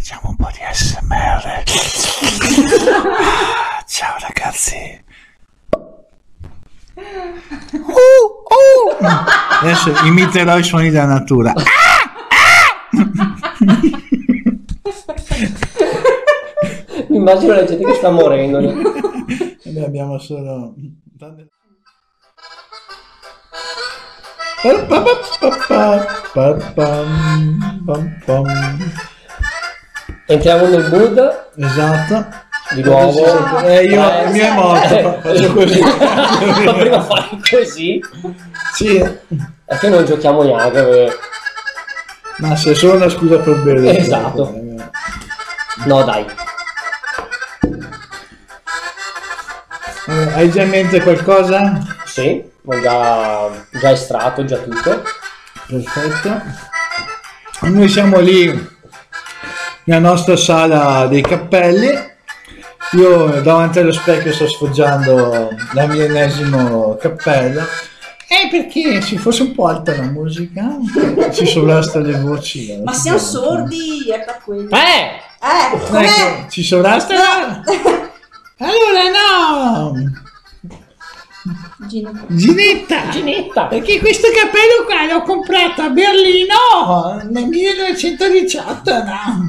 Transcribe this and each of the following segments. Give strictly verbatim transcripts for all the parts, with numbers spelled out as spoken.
Facciamo un po' di A S M R. Ciao ragazzi. Uh, uh. Adesso imiterò i suoni della natura. Mi immagino la gente che sta morendo. Noi abbiamo solo... Entriamo nel mood. Esatto. Di nuovo. Eh, io eh, il mio è morto. Faccio così. Ma prima fai così. Sì. È che non giochiamo neanche. Perché... Ma se è solo una scusa per bere. Esatto. No, dai. Eh, hai già in mente qualcosa? Sì, ho già, già estratto, già tutto. Perfetto. Noi siamo lì nella nostra sala dei cappelli. Io davanti allo specchio sto sfoggiando la mia ennesimo cappello. Eh, perché se fosse un po' alta la musica ci sovrasta le voci. Ma siamo sordi, è per quello. Eh! Eh, com'è? Ecco, ci sovrasta? Allora no! Ginetta. Ginetta! Ginetta! Perché questo cappello qua l'ho comprato a Berlino nel millenovecentodiciotto, no?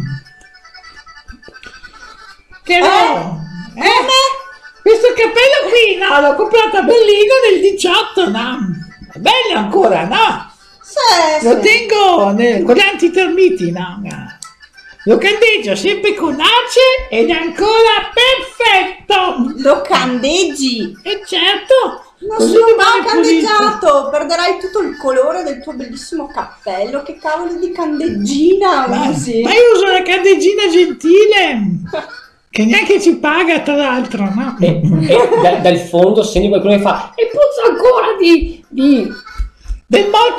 Che no? Eh? eh? Questo cappello qui, no, l'ho comprato a Berlino nel diciotto, no? È bello ancora, no? Sì, Lo sì. tengo nel, con gli antitermiti, no? Lo candeggio sempre con ace ed è ancora perfetto! Lo candeggi. E certo! Non così sono rimane mai pulito. candeggiato, perderai tutto il colore del tuo bellissimo cappello. Che cavolo di candeggina Ma, usi? ma io uso la candeggina gentile, che neanche ci paga tra l'altro, no? E, e da, dal fondo senti qualcuno che fa e puzza ancora di... di... Del morto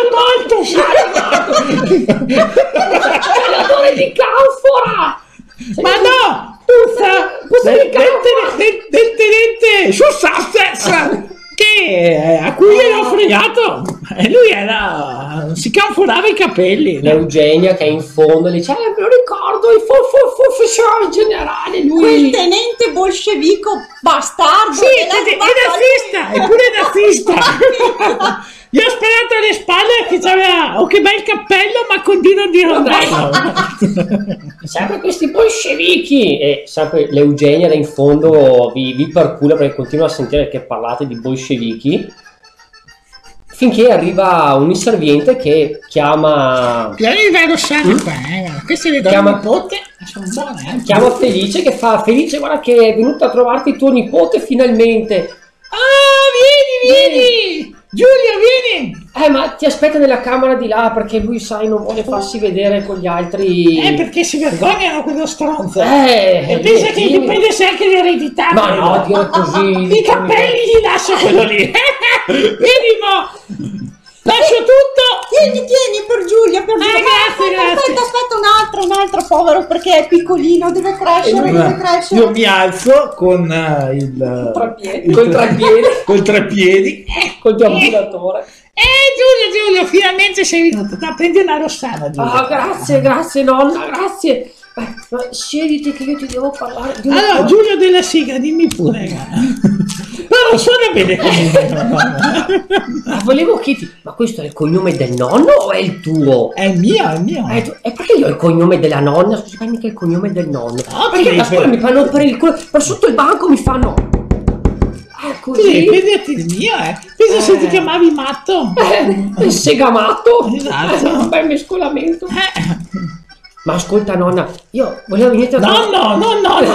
la culo morto! c'è l'odore di canfora! Ma no! Puzza! Puzza del, del, del, del, del tenente Schussasters! Che a cui gliel'ho fregato! E lui era... si canforava i capelli. L'Eugenia che è in fondo e dice eh me lo ricordo il ufficiale generale lui Quel tenente bolscevico bastardo. Sì, è, è, è nazista! Eppure è nazista! Gli ho sparato alle spalle che c'aveva, oh che bel cappello, ma continua a dire bello. sempre questi bolscevichi e sempre l'Eugenia da in fondo vi, vi percula perché continua a sentire che parlate di bolscevichi finché arriva un inserviente che chiama Chiami il vero sangue qua, eh. Queste le donne Chiama- nipote sono buone, eh. chiama Felice che fa Felice guarda che è venuto a trovarti tuo nipote finalmente. Ah, vieni, vieni! Giulia, vieni! Eh, ma ti aspetta nella camera di là perché lui, sai, non vuole farsi vedere con gli altri. Eh, perché si vergognano quello stronzo. Eh, e pensa eh, che dimmi. dipende sempre l'eredità. Ma no, dire così. I capelli gli lascio quello lì. Vieni, mo! Lascio tutto! Tieni, tieni per Giulia, per Giulia. Eh, grazie, aspetta, grazie. aspetta, aspetta, un altro, un altro povero perché è piccolino, deve crescere, Eh, deve crescere. Io mi alzo con eh, il Trapiedi. il Col tra- trapiedi. col trapiedi. Col deambulatore. Eh, Giulia, Giulia, finalmente sei venuta. Dai, prendi una rossana, Giulia. Ah, grazie, grazie, nonna, grazie. Eh, ma siediti che io ti devo parlare di una Allora, cosa. Giulio della Siga, dimmi pure. Però non suona bene così. Ma volevo chiederti, ma questo è il cognome del nonno o è il tuo? È il mio, è il mio. Eh, tu- E perché io ho il cognome della nonna? Scusi, ma mica il cognome del nonno. No, Perché devi a scuola pre- mi fanno per il culo, per sotto il banco mi fanno. Ah, Tu devi così. prenderti il mio, eh. Pensa se ti Eh. chiamavi Matto. Eh, il segamatto. Esatto. Eh, un bel mescolamento. Eh. Ma ascolta nonna, io volevo venire a No, no, no, no, no.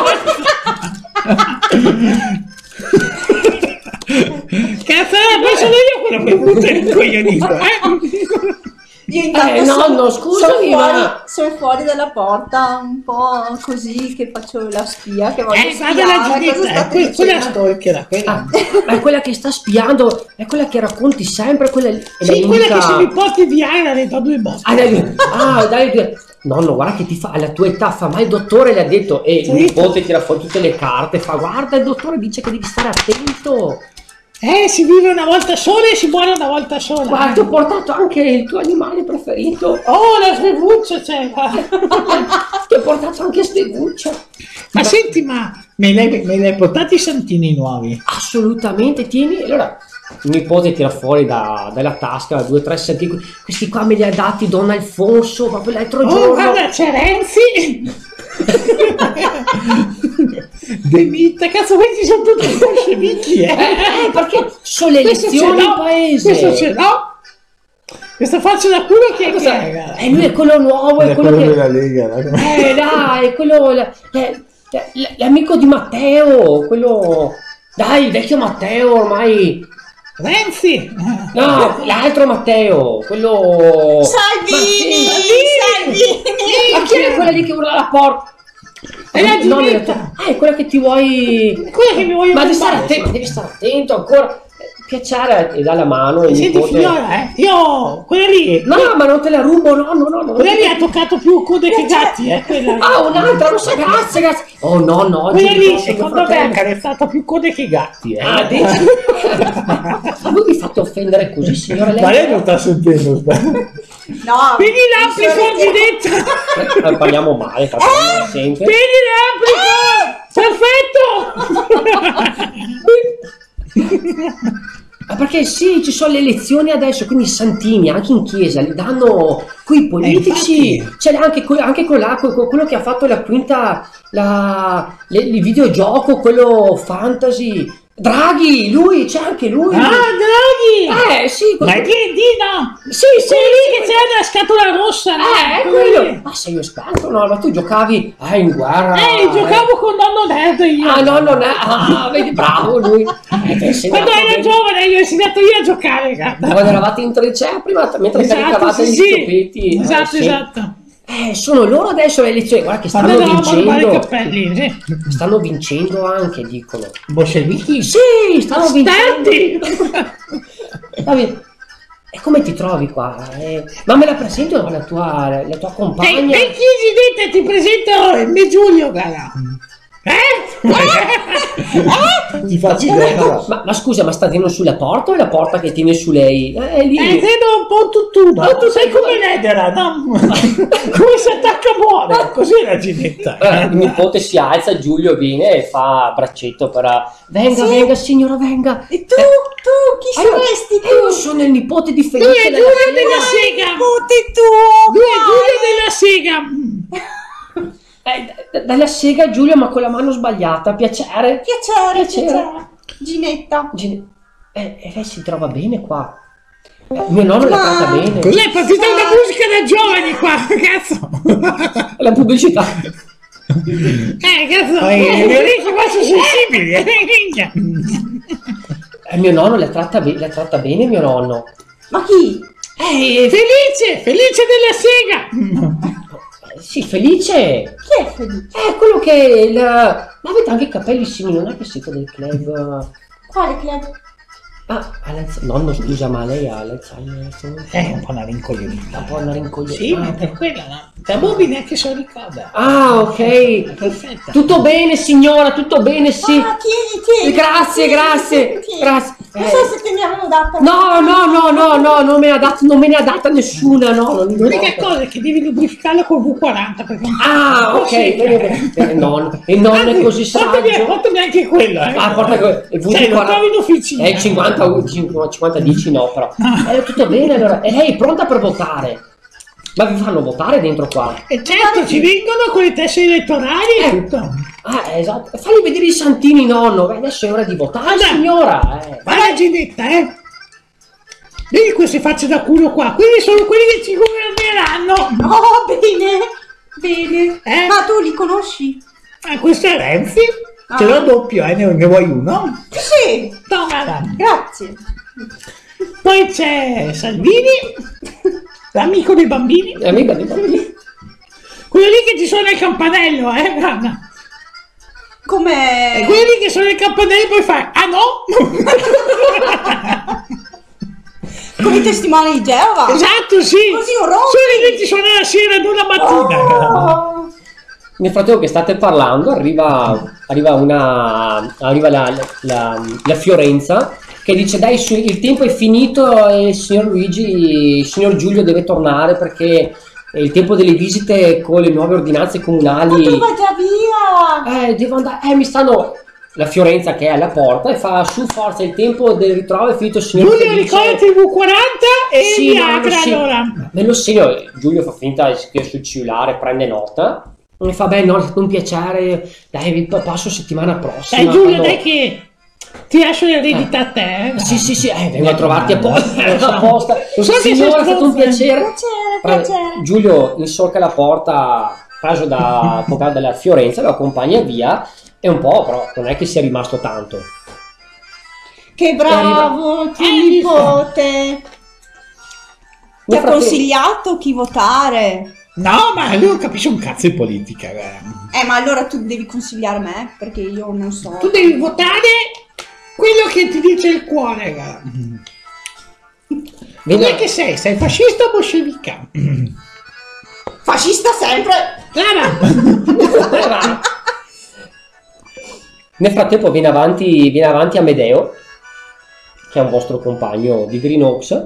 Cazzo, poi sono io quello che butta il coglionito, eh. Io intanto Eh, sono- nonno, scusami, sono fuori, ma- sono fuori dalla porta un po' così che faccio la spia, che voglio Eh, guarda la spiare cosa Giulietta, state eh, que- quella dicendo. stalker, quella. Ah, ma è quella che sta spiando, è quella che racconti sempre, quella è Sì, la quella unica- che se mi porti via le do due botte. Ah, dai, ah, dai, dai. Nonno, guarda che ti fa, alla tua età fa, ma il dottore le ha detto, e il Sì. nipote tira fuori tutte le carte, fa, guarda il dottore dice che devi stare attento. Eh, si vive una volta sola e si muore una volta sola. Guarda, ti ho portato anche il tuo animale preferito. Oh, la svevuccia c'era. Ti ho portato anche Steguccia. Ma senti, ma me l'hai, me l'hai portati i santini nuovi? Assolutamente, tieni. Allora, il nipote tira fuori da- dalla tasca due o tre santini. Questi qua me li ha dati Don Alfonso proprio l'altro Oh, giorno. guarda, c'è Renzi. Demita, cazzo, questi sono tutti bolscevichi, eh? Eh, perché sono le Questo ce elezioni in l'ho, paese. questo ce l'ho. Questa faccia da culo che Cosa- è? Eh, lui è quello nuovo, è È quello quello che... della Lega. no? Eh, dai, è quello... la- la- la- l'amico di Matteo, quello... Dai, il vecchio Matteo ormai... Renzi. No, l'altro Matteo, quello... Salvini, Ma sì, Salvini. Ma chi è quella lì che urla alla porta? È la No, in Ginetta. realtà- ah, è quella che ti vuoi... Quella che mi voglio Ma devi stare rubare. attento, devi stare attento ancora. Eh, Piacere e dà la mano il Senti, nipote. figliola, eh? Io, quella lì, No, ma non te la rubo, no, no, no. no. quella lì ha toccato più code che gatti, eh? Quella, Ah, un'altra, non sa, grazie, grazie. Oh, no, no, oggi quella mi lì, posso mio secondo me, ha fratello. carezzato più code che gatti, eh? Ah, dici? Ma voi vi fate offendere così, signora Ma lei lei? non sta sentendo, aspetta. No, Vedi l'amplico, Ginetta! Eh, parliamo male, perché non si sente. Vedi l'amplico! Perfetto! Ma perché sì, ci sono le elezioni adesso, quindi i santini anche in chiesa li danno quei politici. infatti. C'è anche, que- anche quello, là, que- quello che ha fatto la quinta, la, le- il videogioco, quello fantasy. Draghi, lui, c'è anche lui. Ah, Draghi! Eh, sì, Ma è quello- D and D, no? sì, sì, Quello lì sì, che c'era la scatola rossa, no? Eh, è Quello quello. lì. Ma sei esperto, no? Ma tu giocavi ah, in guerra. Eh, giocavo con nonno Nerd io. Ah, no, non è. Ah, vedi, bravo lui. Eh, ti ha insegnato Quando ero bene. giovane gli ho insegnato io a giocare, guarda. Quando eravate in trincea prima, mentre Esatto, caricavate sì, gli sì. scopetti. Esatto, eh, sì. esatto. Eh, sono loro adesso le elezioni. Guarda che stanno Quando eravamo a rubare i vincendo. cappelli, sì. Stanno vincendo anche, dicono. Bolscevichi? Sì, stanno vincendo. Bastardi! Va bene. E come ti trovi qua? Eh, ma me la presenti o no, la tua, la tua Ehi, compagna? e chi Ginetta, ti presento il me Giulio, guarda. Eh? Eh? Ti faccio Ma, idea. ma, ma scusa, ma sta tenendo sulla porta o è la porta che tiene su lei? Eh, lì. Eh, credo un po' tuttuno. Ah, tu Sai sei come l'edera, no? Come si attacca muore. Così è la Ginetta. Eh, il nipote si alza, Giulio viene e fa braccetto per... Venga, Sì. venga, signora, venga. E tu, Eh, tu, chi allora, saresti eh, Io tu? sono il nipote di Lui Felice è della Giulio Sera. della Sega. Nipote tuo! Lui è Giulio della Sega. Eh, d- dalla sega Giulio, ma con la mano sbagliata. Piacere. Piacere, Piacere. piacere. Ginetta. Gine- Eh, e lei si trova bene qua. Eh, mio nonno la Ma- tratta bene. Cos'è partita una musica da giovani qua, cazzo. La pubblicità. Eh, cazzo. Ma Eh, io- gli orecchi qua sono sensibili, eh, minchia. Eh, mio nonno la tratta, be- la tratta bene, mio nonno. Ma chi? Eh, Felice, Felice della Sega. Eh, sì, Felice. Chi è Felice? È quello che... Il... Ma avete anche i capelli simili, non è che siete del club... Quale club? Ah, Alz- nonno scusa, ma lei ha l'Alzheimer? È un po' una rincoglionita. Un po' una rincoglionita. Sì, ma per quella no. Da Bobby neanche se lo ricorda. Ah, ok. Perfetta. Tutto bene, signora, tutto bene, sì. Ah, tieni, tieni. Grazie, Tieni, grazie, tieni, tieni. grazie. Non Eh. so se te ne avevano data. No, no, no, no, no, non me ne ha dato, non me ne ha data nessuna, no. Non L'unica cosa è che devi lubrificarlo col V quaranta perché Ah, ok, Sì. bene, bene. Eh, non, e non è Anzi, così portami, saggio. portami anche quello, eh. Ah, porta que- il Cioè, lo V quaranta. trovi in officina. Eh, il cinquanta, cinquanta dieci no, però. Eh, tutto bene allora. E lei è pronta per votare? Ma vi fanno votare dentro qua? E certo, ci vengono con le tessere elettorali e tutto. Ah, esatto. Fammi vedere i santini, nonno. Beh, adesso è ora di votare, Vabbè. signora. Eh. Ma la Ginetta, eh. Vedi queste facce da culo qua? Quelli sono quelli che ci governeranno. Oh, bene. Bene. Eh? Ma tu li conosci? Ah, questo è Renzi. Ah. Ce l'ho doppio, eh. Ne, ne vuoi uno? Sì. No, guarda. Grazie. Poi c'è Salvini, l'amico dei bambini. È amica di bambini. Quello lì che ci suona il campanello, eh, guarda. Come... E quelli che suona il campanello poi fai, ah no? Come i testimoni di Geova? Esatto, sì. Così un rompi. Sono che ti suona la sera, non la mattina. Oh. Nel frattempo che state parlando arriva, arriva una arriva la, la, la Fiorenza che dice dai su, il tempo è finito e il signor Luigi, il signor Giulio deve tornare perché è il tempo delle visite con le nuove ordinanze comunali. Ma tu vai già via! Eh, devo andare, eh, mi stanno... La Fiorenza che è alla porta e fa su forza il tempo del ritrovo è finito il signor Giulio Felice. ricordati il V quaranta e Sì, no, Viagra lo segno. allora. Me lo segno, Giulio fa finta di scrivere sul cellulare, prende nota. Mi fa, beh, no, è stato un piacere, dai, vi passo settimana prossima. Dai Giulio, quando- dai che ti lascio l'eredità a te. eh. Sì, sì, sì, eh, vengo a trovarti apposta. apposta. Lo so che Signora, è sei stato un stronzo. piacere. Piacere, Prende- piacere. Giulio insolca la porta, preso da avvocato della Fiorenza, lo accompagna via e un po', però non è che sia rimasto tanto. Che bravo, tuo Eh, nipote! Ti Nel ha frattempo- consigliato chi votare. No, ma lui non capisce un cazzo di politica. guarda. Eh, ma allora tu devi consigliare me, perché io non so. Tu devi votare quello che ti dice il cuore. guarda. Vedo- Come che sei? Sei fascista o bolscevica? Fascista sempre! Brava! Nel frattempo viene avanti, viene avanti Amedeo, che è un vostro compagno di Green Oaks,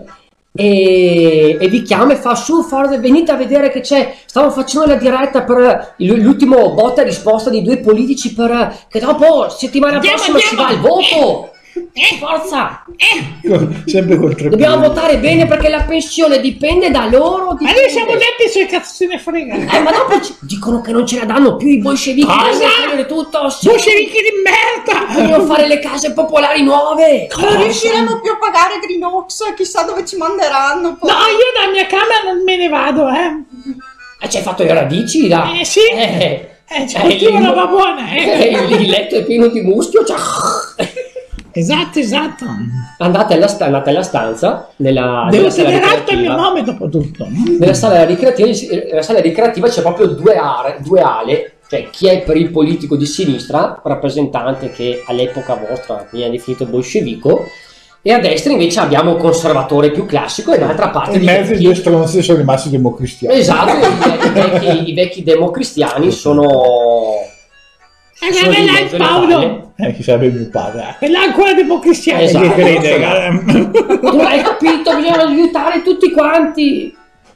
e, e vi chiama e fa su, forza, venite a vedere che c'è, stavo facendo la diretta per il- l'ultimo botta e risposta di due politici per che dopo settimana Andiamo, prossima si va andiamo. al voto. Forza, Sempre col tre dobbiamo piedi. votare bene perché la pensione dipende da loro. Ma dipende- noi siamo detti se cazzo se ne frega. Eh, ma dopo ci- dicono che non ce la danno più i bolscevichi, Cosa? devono prendere tutto, sì. Bolscevichi di merda! Vogliono fare le case popolari nuove. Non riusciremo più a pagare Green Oaks, chissà dove ci manderanno. poi. No, io dalla mia camera non me ne vado, eh. Eh, ci hai fatto le radici, dai. Eh, sì. Eh, Eh, c'è eh, coltivo il- roba buona, eh, eh. il, il letto è pieno di muschio. Cioè... Esatto, esatto. Andate, alla sta- andate alla stanza, nella, Devo nella sala tenere alto il ricreativa. mio nome dopo tutto. no? Nella sala ricreativa, nella sala ricreativa c'è proprio due aree, due ale. Cioè, chi è per il politico di sinistra, rappresentante che all'epoca vostra viene definito bolscevico, e a destra invece abbiamo un conservatore più classico e dall'altra parte In di mezzo i vecchi. due stronzi sono rimasti democristiani. Esatto, i, i vecchi, i vecchi democristiani sono. E sono guarda di là il mezzo alle Paolo. palle. Eh, chi sarebbe mio padre. E là ancora democristiano. Esatto. Che crede, guarda. Tu hai capito, bisogna aiutare tutti quanti.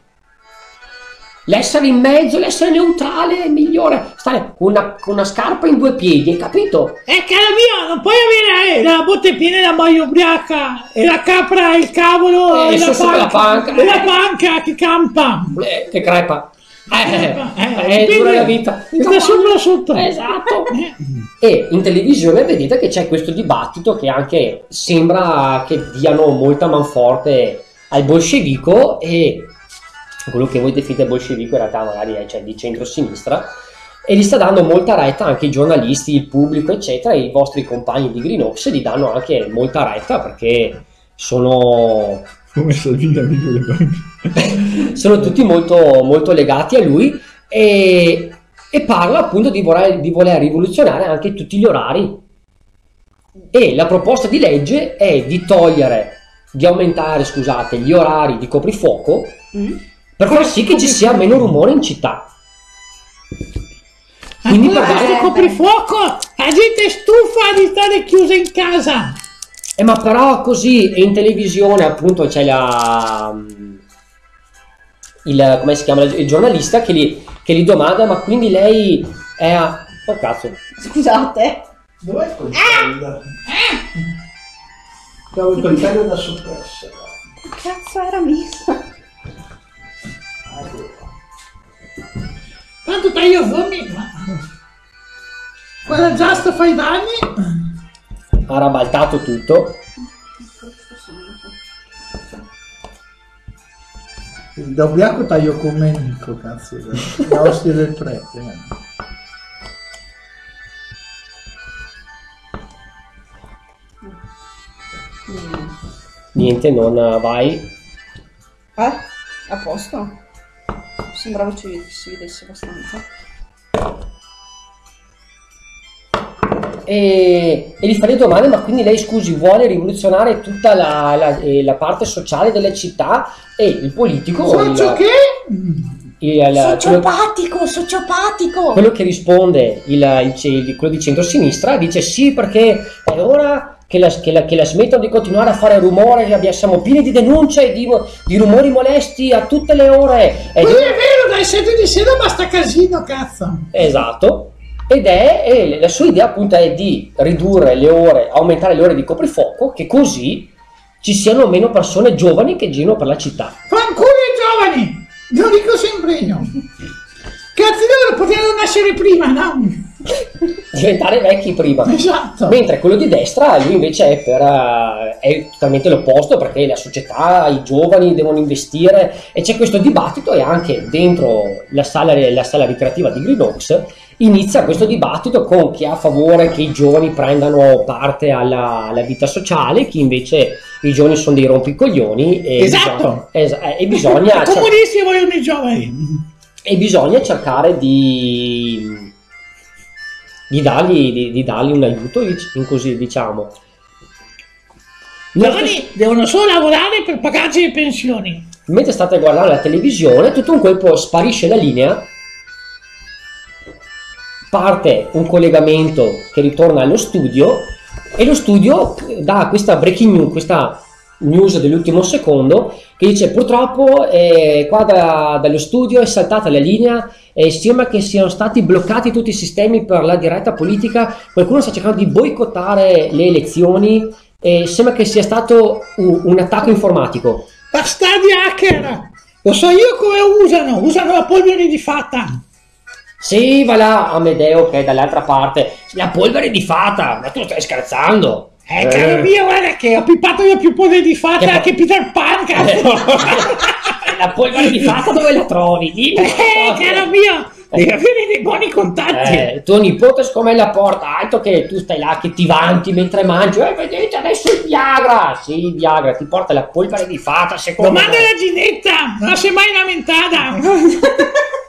L'essere in mezzo, l'essere neutrale è migliore. Stare con una, con una scarpa in due piedi, hai capito? Eh, caro mio, non puoi avere eh, la botte piena e la moglie ubriaca, e la capra, il cavolo, Eh, e, la sopra la panca. e la panca che campa. Eh, che crepa. Eh, Eh, è quindi dura la vita. sta sopra sotto. Esatto. Eh. E in televisione vedete che c'è questo dibattito che anche sembra che diano molta manforte al bolscevico, e quello che voi definite bolscevico in realtà magari è cioè, di centro-sinistra, e gli sta dando molta retta anche i giornalisti, il pubblico eccetera, e i vostri compagni di Green Oaks gli danno anche molta retta perché sono, Come Salvini amico le banche. sono tutti molto, molto legati a lui, e, e parla appunto di voler, di voler rivoluzionare anche tutti gli orari, e la proposta di legge è di togliere, di aumentare scusate gli orari di coprifuoco Mm? per far sì che ci sia meno rumore in città. Quindi per Ancora dare- questo coprifuoco, la gente è stufa di stare chiusa in casa. Eh, ma però così, e in televisione appunto c'è la il, come si chiama, il giornalista che gli, che gli domanda, ma quindi lei è a... oh cazzo, Scusate. Dov'è il coltello? Stavo il coltello da soppressa. Che cazzo era messa? Tanto taglio fumi, ma... Quella giasta fa i danni. ha rabaltato tutto. Da ubriaco taglio come Nico, cazzo. La ostia del prete. eh. Niente, non vai. Eh? A posto? Sembrava ci si vedesse abbastanza. E, e gli fa le domande, ma quindi lei scusi vuole rivoluzionare tutta la, la- eh, la parte sociale delle città, e il politico Faccio il- che? il- il- quello, Sociopatico, sociopatico! quello che risponde il, il- il- quello di centrosinistra dice sì, perché è ora che la, che, la, che la smettano di continuare a fare rumore, che abbia- siamo pieni di denunce e di, di rumori molesti a tutte le ore. Ed Non è- è vero, dai sette di sera basta casino, cazzo. Esatto. Ed è, e la sua idea appunto è di ridurre le ore, aumentare le ore di coprifuoco, che così ci siano meno persone giovani che girano per la città. Fanculo i giovani, lo dico sempre io. Cazzo, loro potevano nascere prima, no? Diventare vecchi prima. Esatto. Mentre quello di destra, lui invece è per eh, è totalmente l'opposto, perché la società, i giovani devono investire, e c'è questo dibattito, e anche dentro la sala, la sala ricreativa di Green Oaks inizia questo dibattito con chi è a favore che i giovani prendano parte alla, alla vita sociale, chi invece i giovani sono dei rompicoglioni e Esatto. bisogna, es- eh, e bisogna I comunisti vogliono i giovani. e bisogna cercare di di dargli, di, di dargli un aiuto, in così diciamo. I giovani devono solo lavorare per pagarci le pensioni. Mentre state guardando la televisione, tutto un colpo sparisce la linea, parte un collegamento che ritorna allo studio, e lo studio dà questa breaking news, questa news dell'ultimo secondo, che dice: purtroppo eh, qua da- dallo studio è saltata la linea e sembra che siano stati bloccati tutti i sistemi per la diretta politica, qualcuno sta cercando di boicottare le elezioni e sembra che sia stato un, un attacco informatico. Bastardi hacker! Lo so io come usano, usano la polvere di fata. Sì, va là, Amedeo, che è dall'altra parte. La polvere di fata, ma tu stai scherzando? Eh, caro mio, guarda che ho pippato io più polvere di fata Che che, po- Peter Pan, cazzo! La polvere di fata dove la trovi? Dimmi. Eh, caro mio, devi avere dei buoni contatti. Eh, tuo nipote siccome la porta, altro che tu stai là che ti vanti mentre mangi, eh, vedete adesso il Viagra, sì, il Viagra, ti porta la polvere di fata, secondo Domanda me. alla Ginetta, non si è mai lamentata.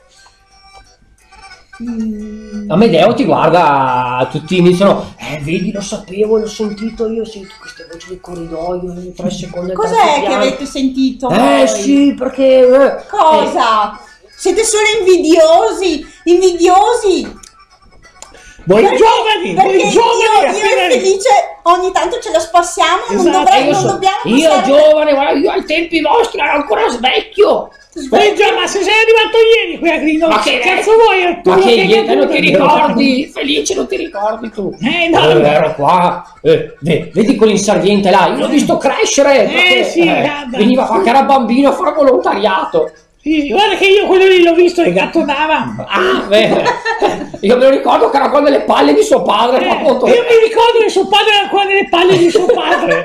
Amedeo ti guarda, tutti iniziano, eh vedi, lo sapevo, l'ho sentito, io sento queste voci del corridoio, in tre secondi al terzo Cos'è che piano. avete sentito? Eh voi? sì, perché... eh, Cosa? Siete solo invidiosi, invidiosi. Voi Perché- giovani, perché voi giovani, io, io appena- e Felice ogni tanto ce la spassiamo, non, Esatto, dovrei, io, non so- dobbiamo io passare- giovane, guarda, io ai tempi vostri ero ancora svecchio. Voi già, ma se sei arrivato ieri qui a Grino, Ma che che- cazzo vuoi? È tu Ma che che niente, non ti capito? ricordi? Felice, non ti ricordi tu? Eh, no. Eh, ero qua, eh, ve- vedi quell'inserviente là, io l'ho visto crescere. perché, sì, guarda. veniva qua che era bambino a fare volontariato. Sì, guarda che io quello lì l'ho visto, il gatto Nava. Ah, beh, io me lo ricordo che era con delle palle di suo padre. Eh, fa conto. io mi ricordo che suo padre era qua nelle palle di suo padre.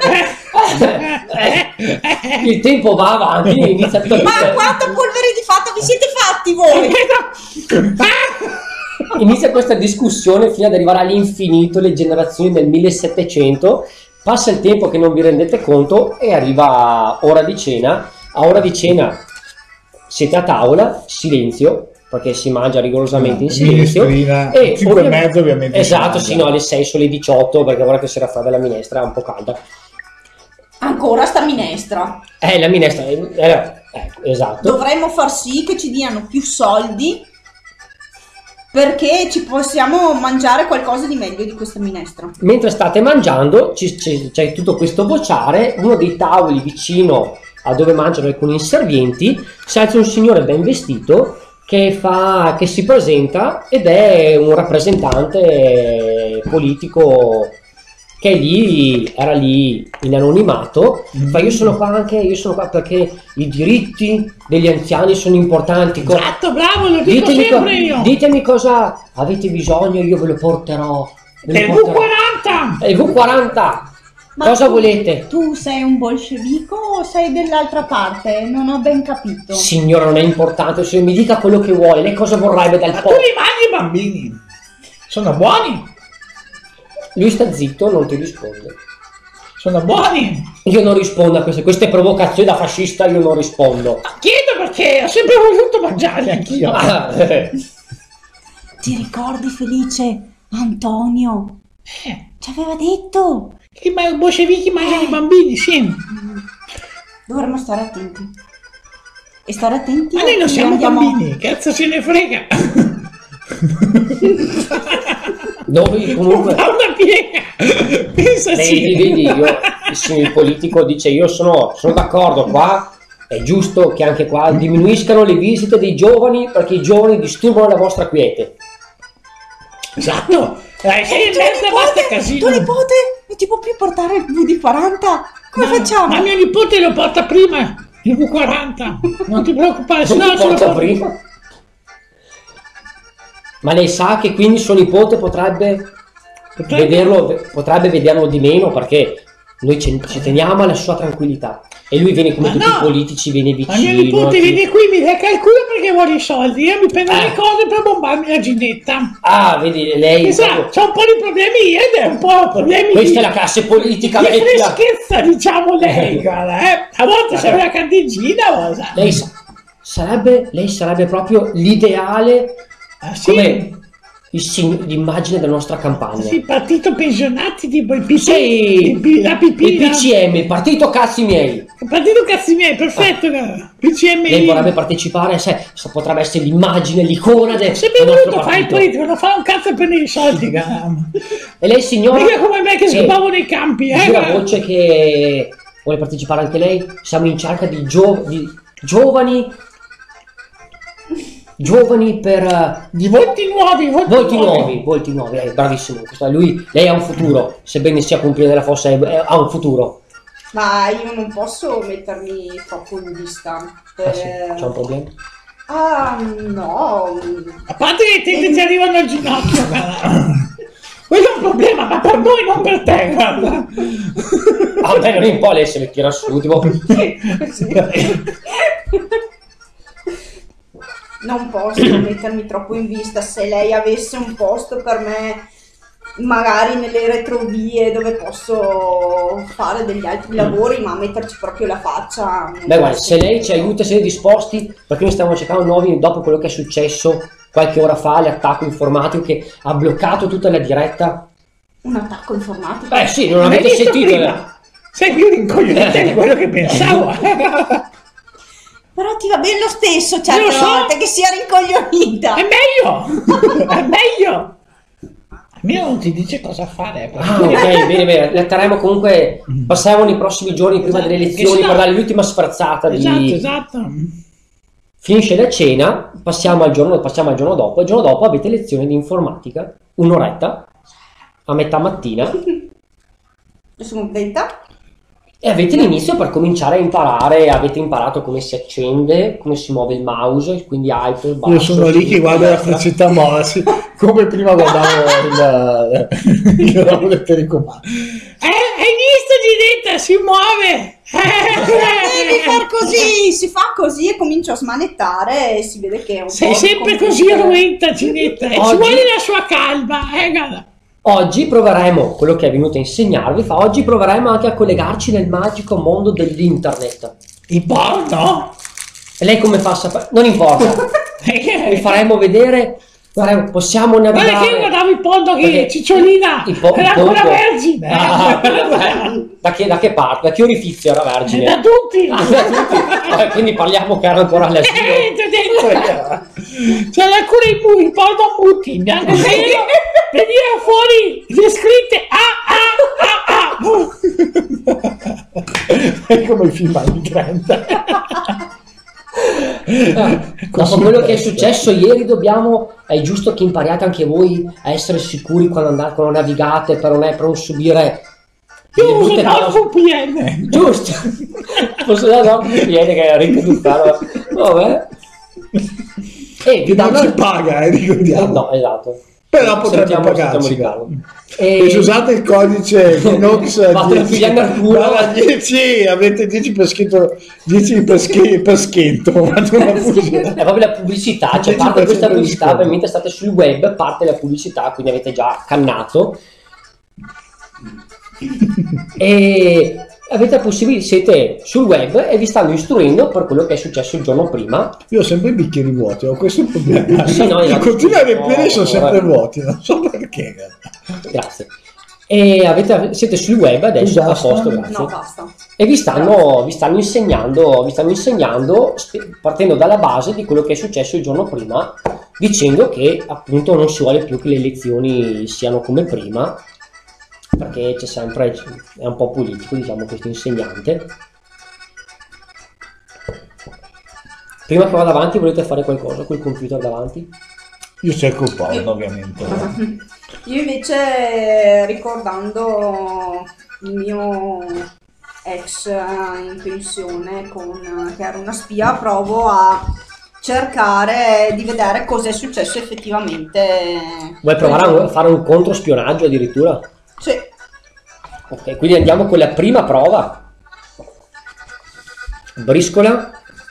Eh, eh, il tempo va avanti, inizia tutto Ma quanta polvere di fatto vi siete fatti voi? Inizia questa discussione fino ad arrivare all'infinito, le generazioni del millesettecento, passa il tempo che non vi rendete conto e arriva ora di cena. A ora di cena siete a tavola, silenzio, perché si mangia rigorosamente in silenzio. Minestrina, E cinque e ovvia- mezzo ovviamente. Esatto, si sì, mangia. no, alle sei sono le diciotto, perché ora che si raffredda la minestra è un po' calda. Ancora sta minestra. Eh, la minestra, eh, eh, esatto. Dovremmo far sì che ci diano più soldi perché ci possiamo mangiare qualcosa di meglio di questa minestra. Mentre state mangiando ci- ci- c'è tutto questo vociare, uno dei tavoli vicino a dove mangiano alcuni inservienti, si alza un signore ben vestito che, fa, che si presenta ed è un rappresentante politico che è lì, era lì in anonimato, fa io sono qua anche, io sono qua perché i diritti degli anziani sono importanti. co- Esatto, bravo, lo dico ditemi, co- sempre io. ditemi cosa avete bisogno, io ve lo porterò. ve lo Del V porterò. quaranta. È il V quaranta. Ma Cosa tu- volete? Tu sei un bolscevico o sei dell'altra parte? Non ho ben capito. Signora, non è importante, se mi dica quello che vuole, lei cosa vorrebbe dal Ma tu po'. li mangi i bambini? Sono buoni? Lui sta zitto, non ti risponde. Sono buoni? Io non rispondo a queste, queste provocazioni da fascista, io non rispondo. Chiedo perché ho sempre voluto mangiarli anch'io. Ah, eh. Ti ricordi, Felice? Antonio Eh, ci aveva detto. i ma- bolscevichi mangiano i bambini, sì. Dovremmo stare attenti. E stare attenti. Ma noi non a- siamo andiamo- bambini, cazzo se ne frega. Noi comunque... fa una piega. Pensaci. Vedi, vedi, io, il politico dice io sono, sono d'accordo qua, è giusto che anche qua diminuiscano le visite dei giovani perché i giovani disturbano la vostra quiete. Esatto. Dai, sei in tuo mezzo, basta nipote, casino. tuo nipote non ti può più portare il V D quaranta? Come No, facciamo? Ma mio nipote lo porta prima, il V quaranta. Non ti preoccupare, se Non no ti ce lo porta porto. prima. Ma lei sa che quindi suo nipote potrebbe Potrebbe- vederlo, potrebbe vederlo di meno perché noi ci, ci teniamo alla sua tranquillità e lui viene come Ma tutti no. i politici, viene Ma mio vicino. nipote ti- viene qui, mi lecca il culo perché vuole i soldi. Io mi prendo Eh. le cose per bombarmi la ginetta. Ah, vedi, lei... Esatto, c'ha un po' di problemi ed è un po' problemi Questa è di, la classe politica di vecchia. freschezza, diciamo lei, guarda, eh. A volte serve la candeggina, cosa. Lei sa- sarebbe, lei sarebbe proprio l'ideale Ah, sì? come il sig- l'immagine della nostra campagna. Sì, partito pensionati tipo il P C, Sì, il P- la il pipina. P C M, il partito cazzi miei. Il partito cazzi miei, perfetto, guarda. P C M. Lei vorrebbe partecipare, sai, sa- potrebbe essere l'immagine, l'icona del, Sempre del nostro voluto fare il partito. politico, non fa un cazzo per i soldi, caramba. E lei signora... Mica come me che Sì. scopavo nei campi, eh. Gira guarda. voce che vuole partecipare anche lei. Siamo in cerca di, gio- di giovani giovani per eh, Di volti nuovi, volti, volti nuovi, volti nuovi, eh, bravissimo. Questo- lui, lei ha un futuro, sebbene sia compire della fossa, è- è- ha un futuro. Ma io non posso mettermi troppo in vista. Ah, sì, per- c'è un problema. Ah, no. A parte che i tende ti arrivano al ginocchio, guarda. Quello è un problema, ma per noi, non per te, guarda. Ah, beh, non importa, lei se le tira su, tipo... Non posso mettermi troppo in vista. Se lei avesse un posto per me, magari nelle retrovie dove posso fare degli altri lavori, ma metterci proprio la faccia. non Beh, guarda, posso. se lei ci aiuta, siete disposti, perché noi stiamo cercando nuovi dopo quello che è successo qualche ora fa, l'attacco informatico che ha bloccato tutta la diretta. Un attacco informatico? Eh sì, non L'hai avete visto sentito? prima? Sei più rincoglionita di quello che pensavo. Però ti va bene lo stesso certe Lo so. volte che sia rincoglionita. È meglio! È meglio! Almeno non ti dice cosa fare. Ah, ok, bene, bene. La terremo comunque. Passiamo nei prossimi giorni prima delle elezioni Esatto. per dare l'ultima sferzata Esatto, di. esatto. Finisce la cena, passiamo al giorno, passiamo al giorno dopo. Il giorno dopo avete lezione di informatica, un'oretta, a metà mattina, Io sono contenta. e avete l'inizio per cominciare a imparare. Avete imparato come si accende, come si muove il mouse, quindi alto, basso. Io sono lì che sinistra, guardo la destra. freccetta mouse, come prima guardavo il, il robo del telecomando. Eh, hai visto Ginetta? Si muove! Devi Eh, far così, si fa così e comincio a smanettare e si vede che è un sei po' sempre di così computer. arruenta Ginetta e ci Oggi- vuole la sua calma, eh, guarda. Oggi proveremo, quello che è venuto a insegnarvi, fa oggi proveremo anche a collegarci nel magico mondo dell'internet. Il porno? E lei come fa a sapere? Non importa, vi faremo vedere, faremo- possiamo Guarda che io navigare. guardavo il porno che Perché Cicciolina il po- il era ancora pompo- vergine. Ah, da, che, da che parte? Da che orifizio era Da vergine? tutti. Ah, da tutti. Eh, quindi parliamo che era ancora all'asilo. Eh, ti ho detto. C'era ancora i, mu- i porno muti, in bianco e nero, veniva fuori le scritte A, A, A, A. È come i film anni trenta. Ah, dopo quello che è successo ieri dobbiamo, è giusto che impariate anche voi a essere sicuri quando, andate, quando navigate per non, per non subire Io delle uso brutte il cose. V P N. Giusto, posso dare un viene che è ricco di farlo. Vabbè. E vi Che non danno si paga, eh, ricordiamo. no, esatto. Però potrebbe Sentiamo- pagarci. sentiamo Riccardo. E se usate il codice Linux Fate la pigliando al culo. barra dieci avete dieci per scritto dieci per, schi- per scritto. Fate una pubblicità. È proprio la pubblicità, cioè dieci parte per questa cento di pubblicità, sconto. mentre state sul web parte la pubblicità, quindi avete già cannato e avete la possibilità, siete sul web e vi stanno istruendo per quello che è successo il giorno prima. Io ho sempre i bicchieri vuoti, ho questo problema. Sì, no, esatto. Continua a riempire, No, sono no, sempre no. vuoti, non so perché. Grazie. E avete, siete sul web adesso, a Basta? posto, grazie. No, basta. E vi stanno, vi stanno insegnando, vi stanno insegnando sp- partendo dalla base di quello che è successo il giorno prima, dicendo che appunto non si vuole più che le lezioni siano come prima, perché c'è sempre, è un po' politico, diciamo, questo insegnante. Prima che vada avanti, volete fare qualcosa col computer davanti? Io cerco il porno, ovviamente. Io invece, ricordando il mio ex in pensione con, che era una spia, provo a cercare di vedere cosa è successo effettivamente. Vuoi provare a fare un controspionaggio addirittura? Sì. Ok, quindi andiamo con la prima prova. Briscola.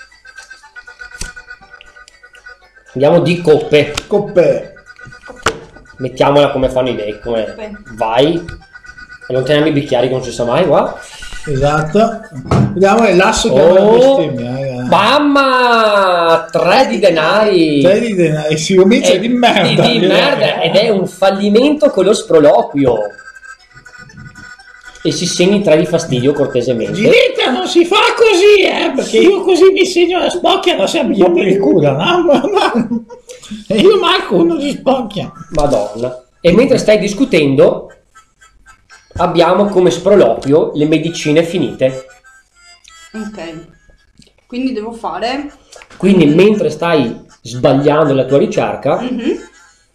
Andiamo di coppe. Coppe. Mettiamola come fanno i vecchi. Come... Coppe. Vai. Allontaniamo i bicchieri che non si sa mai qua. Esatto. Vediamo il lasso che Oh. ha la bestemmia. eh. Mamma! Tre di denari. Sei di denaro. E si comincia Eh, di merda. Di, di direi. merda. Ed è un fallimento con lo sproloquio. E si segni tre di fastidio cortesemente. Ginetta non si fa così, eh, perché io così mi segno la spocchia, non si abbia per il culo, no? Ma- ma- E io manco uno di spocchia. Madonna. E mentre stai discutendo, abbiamo come sproloquio le medicine finite. Ok. Quindi devo fare... Quindi mentre stai sbagliando la tua ricerca, Mhm.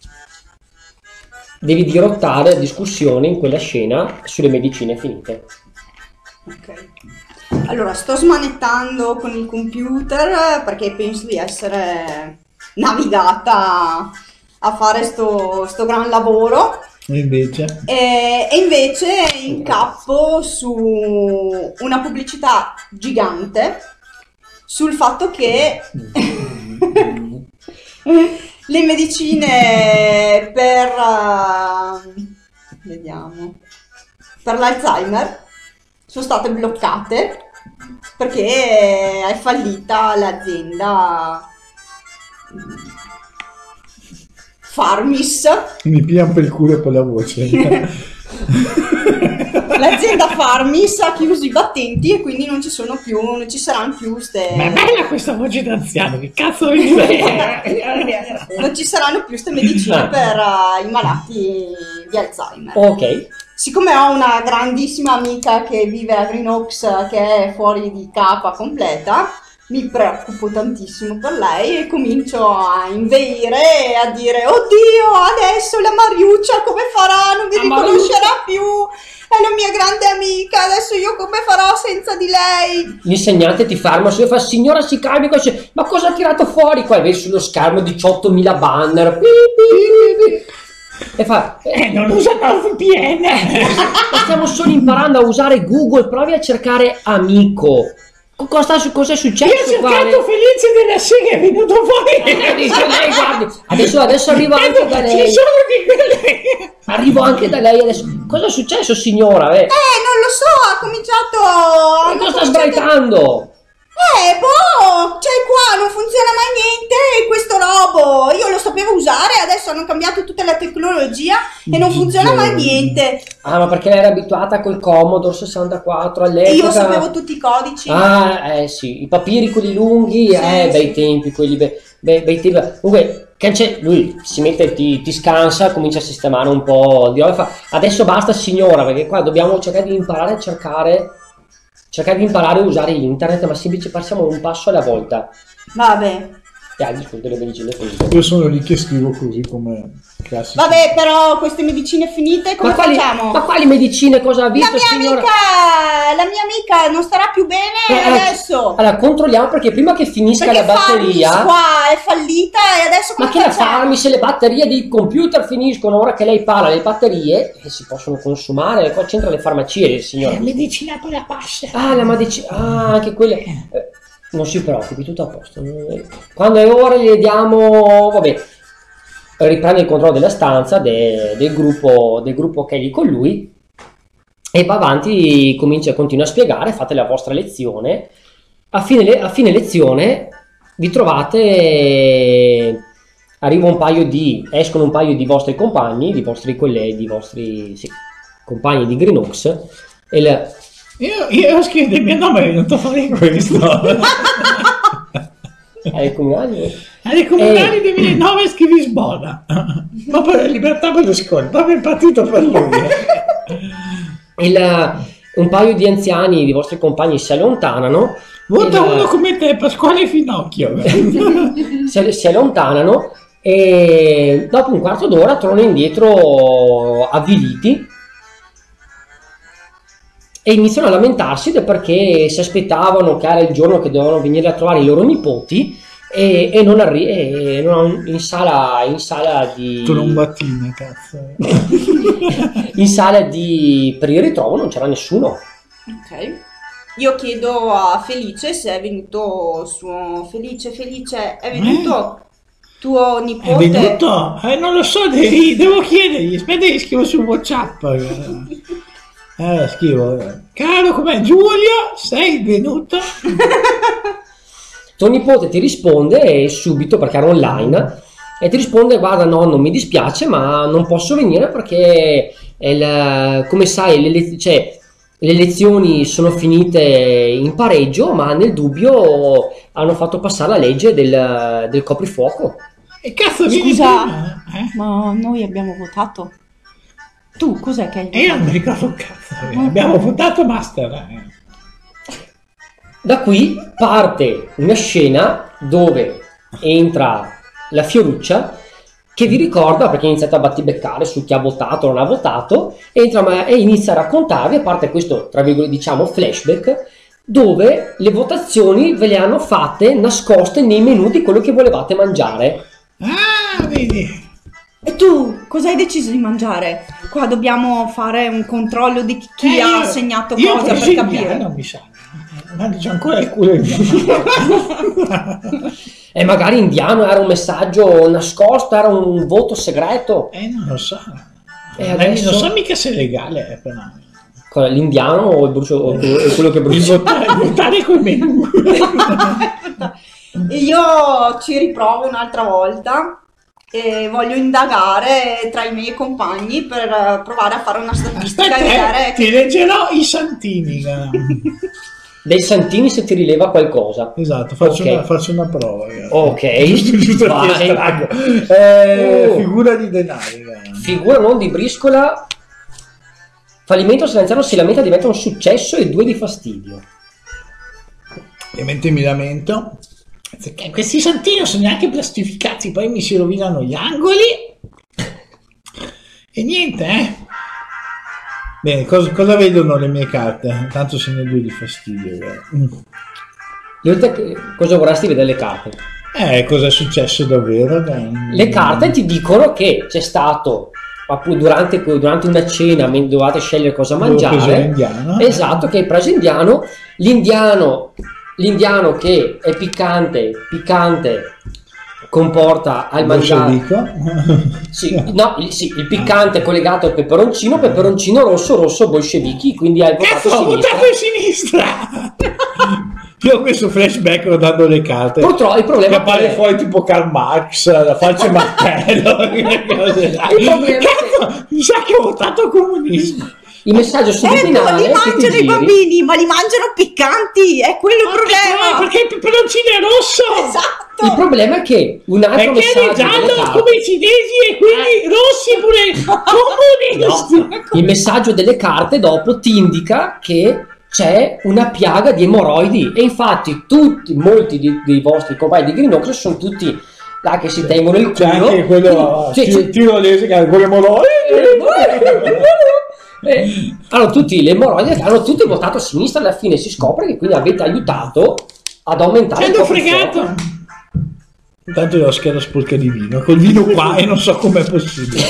devi dirottare la discussione in quella scena sulle medicine finite. Ok. Allora, sto smanettando con il computer perché penso di essere navigata a fare sto, sto gran lavoro. E invece. E, e invece incappo su una pubblicità gigante sul fatto che le medicine per uh, vediamo per l'Alzheimer sono state bloccate perché è fallita l'azienda Farmis. Mi pigliano per il culo per la voce. L'azienda Farmis ha chiuso i battenti e quindi non ci sono più, non ci saranno più ste, Ma è bella questa voce d'anziano, che cazzo di non ci saranno più ste medicine Ah. per uh, i malati di Alzheimer. Ok. Siccome ho una grandissima amica che vive a Green Oaks, che è fuori di capa completa, mi preoccupo tantissimo per lei e comincio a inveire e a dire: oddio, adesso la Mariuccia come farà? Non mi La riconoscerà più, è la mia grande amica, adesso io come farò senza di lei? L'insegnante ti ferma e fa: signora, si calmi, qua c'è- ma cosa ha tirato fuori? Qua e vedi sullo schermo diciottomila banner. Pi, pi, pi, pi. E fa: Eh, non usa V P N. ma stiamo solo imparando a usare Google, provi a cercare amico. Co- Cosa, cosa è successo? Io ho qua? cercato Felice della Sega e è venuto fuori. Eh, dice lei, guardi, adesso, adesso arrivo anche da Ci lei. sono di quelle. Arrivo anche da lei adesso. Cosa è successo, signora? Eh, Eh, non lo so, ha cominciato... ma hanno cosa sta cominciato- sbraitando? Eh, boh, cioè qua non funziona mai niente e questo robo, io lo sapevo usare, adesso hanno cambiato tutta la tecnologia e non funziona mai niente. Ah, ma perché lei era abituata col Commodore sessantaquattro E all'epoca? io sapevo tutti i codici. Ah, eh sì, i papiri quelli lunghi, Sì, eh, sì. bei tempi, quelli be- be- bei tempi. Comunque, cance- lui si mette, ti, ti scansa, comincia a sistemare un po' di roba e fa: adesso basta signora, perché qua dobbiamo cercare di imparare a cercare, cercare di imparare a usare internet, ma semplice, passiamo un passo alla volta. Vabbè, E hai discusso delle medicine finite. Io sono lì che scrivo così come classico. vabbè, però queste medicine finite come Ma quali, facciamo? ma quali medicine, cosa ha La visto mia signora? amica, la mia amica non starà più bene Eh, allora, adesso. Allora, controlliamo perché prima che finisca Perché la batteria... Farmis qua è fallita e adesso come Ma che la facciamo? farmi se le batterie dei computer finiscono? Ora che lei parla, le batterie eh, si possono consumare. Qua c'entra le farmacie, signora. È medicina per la pasta. Ah, la medicina. Ah, anche quelle. Eh, non si preoccupi, tutto a posto. Quando è ora gli diamo. Vabbè. Riprende il controllo della stanza de- del gruppo del gruppo che è lì con lui e va avanti, comincia, continua a spiegare, fate la vostra lezione. A fine, le- a fine lezione vi trovate, arriva un paio di, escono un paio di vostri compagni, di vostri colleghi, di vostri, sì, compagni di Green Oaks, e il, Io, io ho scritto il mio nome è venuto fuori questo. ai comunali, Alle comunali Eh. duemilanove scrivi Sboda. Ma per la libertà Berlusconi, proprio il partito per lui. il- un paio di anziani, di vostri compagni, si allontanano, Vota il- uno come te, Pasquale Finocchio. si, si allontanano e dopo un quarto d'ora tornano indietro avviliti e iniziano a lamentarsi del perché si aspettavano che era il giorno che dovevano venire a trovare i loro nipoti e, e non arri- e non- in sala in sala di Trombatina, cazzo. in sala di per il ritrovo non c'era nessuno. Ok. Io chiedo a Felice se è venuto suo Felice, Felice, è venuto tuo È nipote? venuto? Eh, non lo so, devi- devo chiedergli. Aspetta, gli scrivo su WhatsApp. Eh, scrivo. Caro, com'è Giulio? Sei venuto? Tuo nipote ti risponde subito perché era online e ti risponde: guarda, no, non mi dispiace, ma non posso venire perché è il- come sai le, le- cioè, le elezioni sono finite in pareggio, ma nel dubbio hanno fatto passare la legge del, del coprifuoco. E cazzo, vieni Scusa. prima, eh? Ma noi abbiamo votato. Tu cos'è che hai E io non votato? mi ricordo un cazzo. eh. Abbiamo votato Master. eh. Da qui parte una scena dove entra la Fioruccia che vi ricorda, perché iniziate a battibeccare su chi ha votato o non ha votato, entra ma- e inizia a raccontarvi, a parte questo, tra virgolette, diciamo, flashback, dove le votazioni ve le hanno fatte nascoste nei menù di quello che volevate mangiare. Ah, vedi. E tu cosa hai deciso di mangiare? Qua dobbiamo fare un controllo di chi Eh, ha io- segnato io cosa per preso capire. indiano, mi sa. Ma c'è ancora il culo in E magari indiano era un messaggio nascosto, era un voto segreto. Eh, non lo so. E Eh, adesso- Non so mica se è legale, eh, però. Cosa, l'indiano o il brucio, o quello che Il brucia? votare, il votare col menù. Io ci riprovo un'altra volta e voglio indagare tra i miei compagni per eh, provare a fare una statistica Aspetta, e vedere eh, ti leggerò i santini. cara. Dei santini se ti rileva qualcosa. Esatto, faccio, Ok. una, faccio una prova. ragazzi. Ok, giusto, giusto vai. perché estraggo. Eh, Oh. Figura di denari. ragazzi. Figura non di briscola. Fallimento se l'anziano si lamenta diventa un successo e due di fastidio. Ovviamente mi lamento. Perché questi santini non sono neanche plastificati, poi mi si rovinano gli angoli. E niente, eh. Bene, cosa, cosa vedono le mie carte? Tanto se ne due di fastidio. eh. Oltre che- Cosa vorresti vedere le carte? Eh, cosa è successo davvero? Beh, Le carte ti dicono che c'è stato appunto durante, durante una cena, mentre dovevate scegliere cosa Avevo preso mangiare. l'indiano. Esatto, che hai preso indiano. L'indiano, l'indiano che è piccante, piccante comporta al mangiare. Bolscevico. Sì, no, il, sì, il piccante è collegato al peperoncino, peperoncino rosso, rosso bolscevichi, quindi hai votato Cazzo, a ho sinistra. votato in sinistra! Io ho questo flashback guardando le carte. Purtroppo il Che problema appare è che- fuori tipo Karl Marx, la faccia e martello. quelle cose là. il problema è che Cazzo, mi sa che ho votato comunismo. il messaggio Eh, ma subliminale li che ti mangiano i giri- bambini, ma li mangiano piccanti, è quello il Ah, problema. perché il peperoncino è rosso! Esatto. il problema è che un altro Perché è messaggio delle giallo carte- come i cinesi e quindi rossi pure comunisti. No, il messaggio delle carte dopo ti indica che c'è una piaga di emorroidi e infatti tutti, molti di- dei vostri compagni di Green Oaks sono tutti là che si tengono il C'è culo. anche quello Sì, ti- sì. tirolese che ha quelle moloi. Eh, allora tutti le emorroidi hanno tutti votato a sinistra, alla fine si scopre che quindi avete aiutato ad aumentare Ci il hanno coprifuoco. fregato. Intanto io ho la scheda sporca di vino, col vino qua e non so com'è possibile.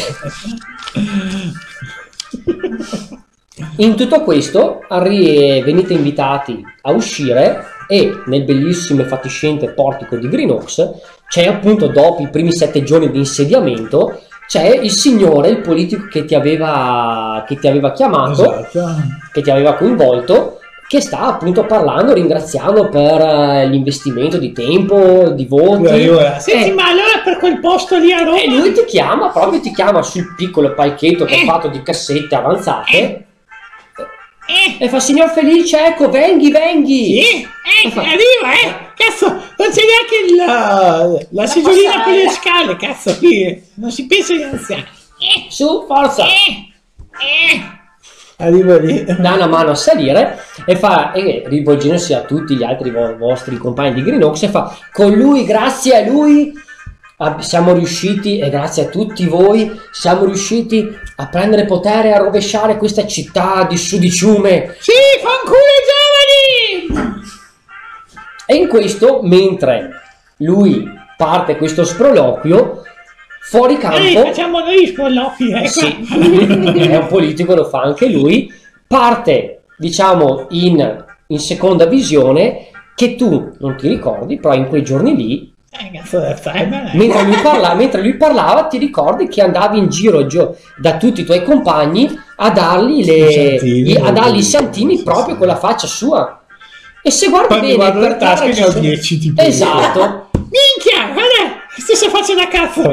In tutto questo arri- venite invitati a uscire e nel bellissimo e fatiscente portico di Green Oaks c'è appunto dopo i primi sette giorni di insediamento c'è il signore, il politico che ti aveva, che ti aveva chiamato, Esatto. che ti aveva coinvolto, che sta appunto parlando, ringraziando per eh, l'investimento di tempo, di voti. Allora, Senti, Eh, ma allora per quel posto lì a Roma... e lui ti chiama, proprio ti chiama sul piccolo palchetto che è Eh. fatto di cassette avanzate Eh, e fa: signor Felice, ecco, venghi, venghi. sì, eh, Fa- arriva, eh. Cazzo, non c'è neanche la, la seggiolina per le scale, cazzo, qui non si pensa agli anziani. Eh, Su, forza. eh, eh. arriva lì. Dà una mano a salire e fa, e rivolgendosi a tutti gli altri vo- vostri compagni di Greenox, e fa: con lui, grazie a lui ab- siamo riusciti, e grazie a tutti voi siamo riusciti a prendere potere e a rovesciare questa città di sudiciume. Sì, fanculo i giovani! E in questo, mentre lui parte questo sproloquio, fuori Noi campo, facciamo noi sproloqui, ecco. sì, è un politico, lo fa anche lui, parte, diciamo, in, in seconda visione, che tu non ti ricordi, però in quei giorni lì, Eh, cazzo da Cyber, eh. mentre lui, parla- mentre lui parlava, ti ricordi che andavi in giro gio- da tutti i tuoi compagni a dargli, le, I santini, i- a dargli i sì, santini sì, proprio sì. con la faccia sua. E se guardi Quando bene, guardo per le tasche terra ne ci ho sono- dieci, tipo. Esatto. Minchia, guarda, stessa faccia da cazzo.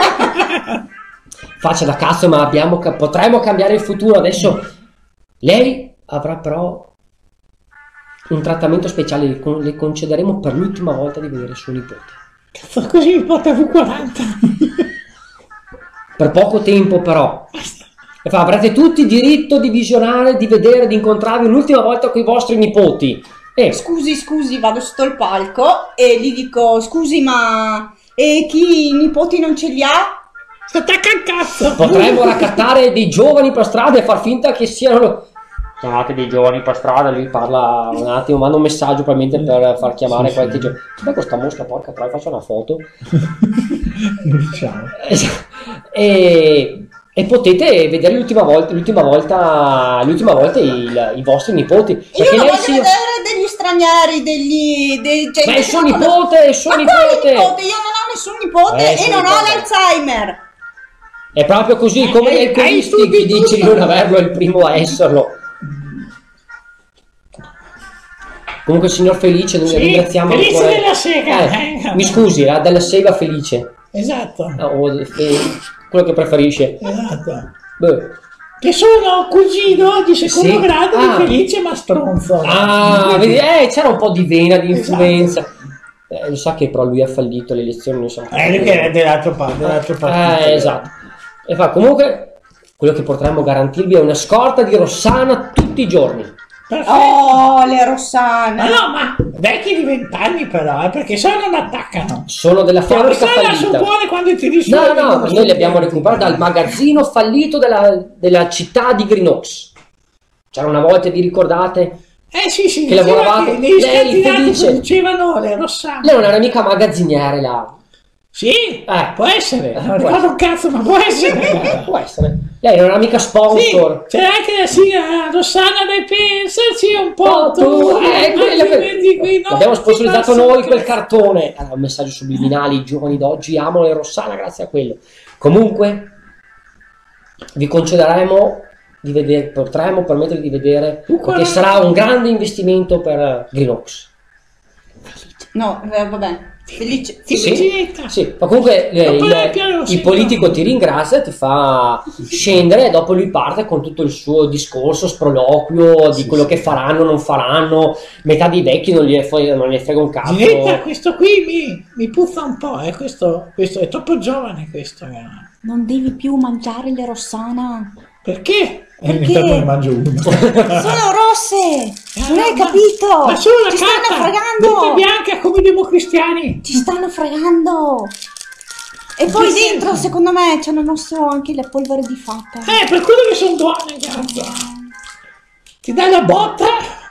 Faccia da cazzo, ma abbiamo ca- potremmo cambiare il futuro adesso. Lei avrà però un trattamento speciale, le, con- le concederemo per l'ultima volta di vedere suo nipote. Cazzo, così mi porta V quaranta. Per poco tempo però. E fa: avrete tutti diritto di visionare, di vedere, di incontrarvi un'ultima volta con i vostri nipoti. E Scusi, scusi, vado sotto il palco e gli dico: scusi, ma e chi i nipoti non ce li ha? Si attacca al cazzo. potremmo raccattare dei giovani per strada e far finta che siano... Chiamate dei giovani per strada, lui parla un attimo, manda un messaggio probabilmente per far chiamare Sì, qualche sì. giovane. Dov'è questa mosca, porca troia, faccio una foto. Diciamo. e, e potete vedere l'ultima volta, l'ultima volta, l'ultima volta il- i vostri nipoti. Io Perché non lei voglio si... vedere degli stranieri, degli... dei gente Ma è il che suo non conosco. nipote, è il suo Ma quale nipote. nipote? Io non ho nessun nipote Eh, il e suo non ho nipote. l'Alzheimer. È proprio così, come Eh, gli hai alcolisti, studi chi dice di tutto. non averlo è il primo a esserlo. Comunque, signor Felice, noi Sì, la ringraziamo Felice ancora. della Sega, Eh, eh. mi scusi, la della Sega Felice. Esatto, No, o- fe- quello che preferisce. esatto. Beh. Che sono cugino di secondo Sì. grado Ah. di Felice ma stronzo. Ah, vedi, eh, c'era un po' di vena, di influenza. Eh, lo sa che però lui ha fallito le elezioni, non so. Eh, lui che è dell'altro parte, dell'altro partito. Eh, esatto. E fa, comunque, quello che potremmo garantirvi è una scorta di Rossana tutti i giorni. Perfetto. Oh, le Ma rossane. no, ma vecchi di vent'anni però, eh, perché se no non attaccano. Sono della La fabbrica Rossana sono fallita. buone quando ti No, risuoni. no, ma noi li abbiamo recuperati dal magazzino fallito della, della città di Greenox. C'era una volta, vi ricordate? Eh sì, sì, Che diceva lavoravate? che negli Lei, scantinati Felice. producevano le rossane. Lei non era mica magazziniere là. Sì, Eh, può essere. Eh, Non può ricordo un cazzo, ma può essere. Eh, può essere. Lei non era mica Sì, sponsor. c'è anche la sigla Rossana dai pensaci un po' Oh, tu, tu, eh, quella che- altrimenti qui no, L'abbiamo ti sponsorizzato passa noi il quel cazzo. cartone. Allora, un messaggio subliminale, i giovani d'oggi amano le Rossana grazie a quello. Comunque, vi concederemo di vedere, potremo permettervi di vedere, Tu perché qual- sarà un grande investimento per Greenox. No, eh, vabbè. Felice. Sì, Sì, Ginetta. sì, ma comunque eh, Dopo il, lei piano il sì, politico no. ti ringrazia, ti fa scendere e dopo lui parte con tutto il suo discorso, sproloquio di Sì, quello sì. che faranno, non faranno. Metà dei vecchi non gli frega, non gli frega un cazzo. Ginetta, questo qui mi, mi puzza un po', eh. questo, questo è troppo giovane questo. eh. Non devi più mangiare le rossana. Perché? E intanto ne mangio uno. Sono rosse. Non hai ma- capito? Ma solo la Ci stanno carta, fregando. tutta bianca come i democristiani. Ci stanno fregando. E poi Che dentro, senso? secondo me, ci hanno messo anche la polvere di fatta. Eh, per quello che sono buone, cazzo. Ti dai la botta?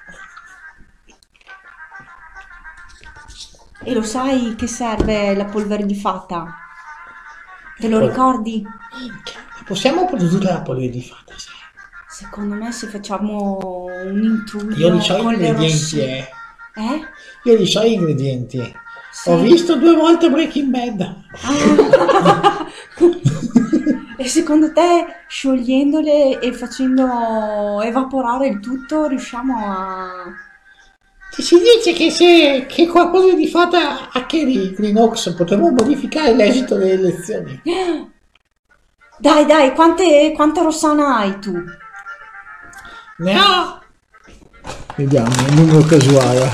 E lo sai che serve la polvere di fatta? Te lo ricordi? Possiamo produrre la polvere di fatta, sai? Secondo me se facciamo un intruglio Io li so gli con le ingredienti, rosse... eh. Eh? Io li so gli ingredienti. Sì. Ho visto due volte Breaking Bad. Ah. E secondo te, sciogliendole e facendo evaporare il tutto, riusciamo a... Ci si dice che se che qualcosa di fata a Kerry Greenox potremmo modificare l'esito delle elezioni. Dai, dai, quante, quanta rossana hai tu? Ne ho Vediamo, un numero casuale.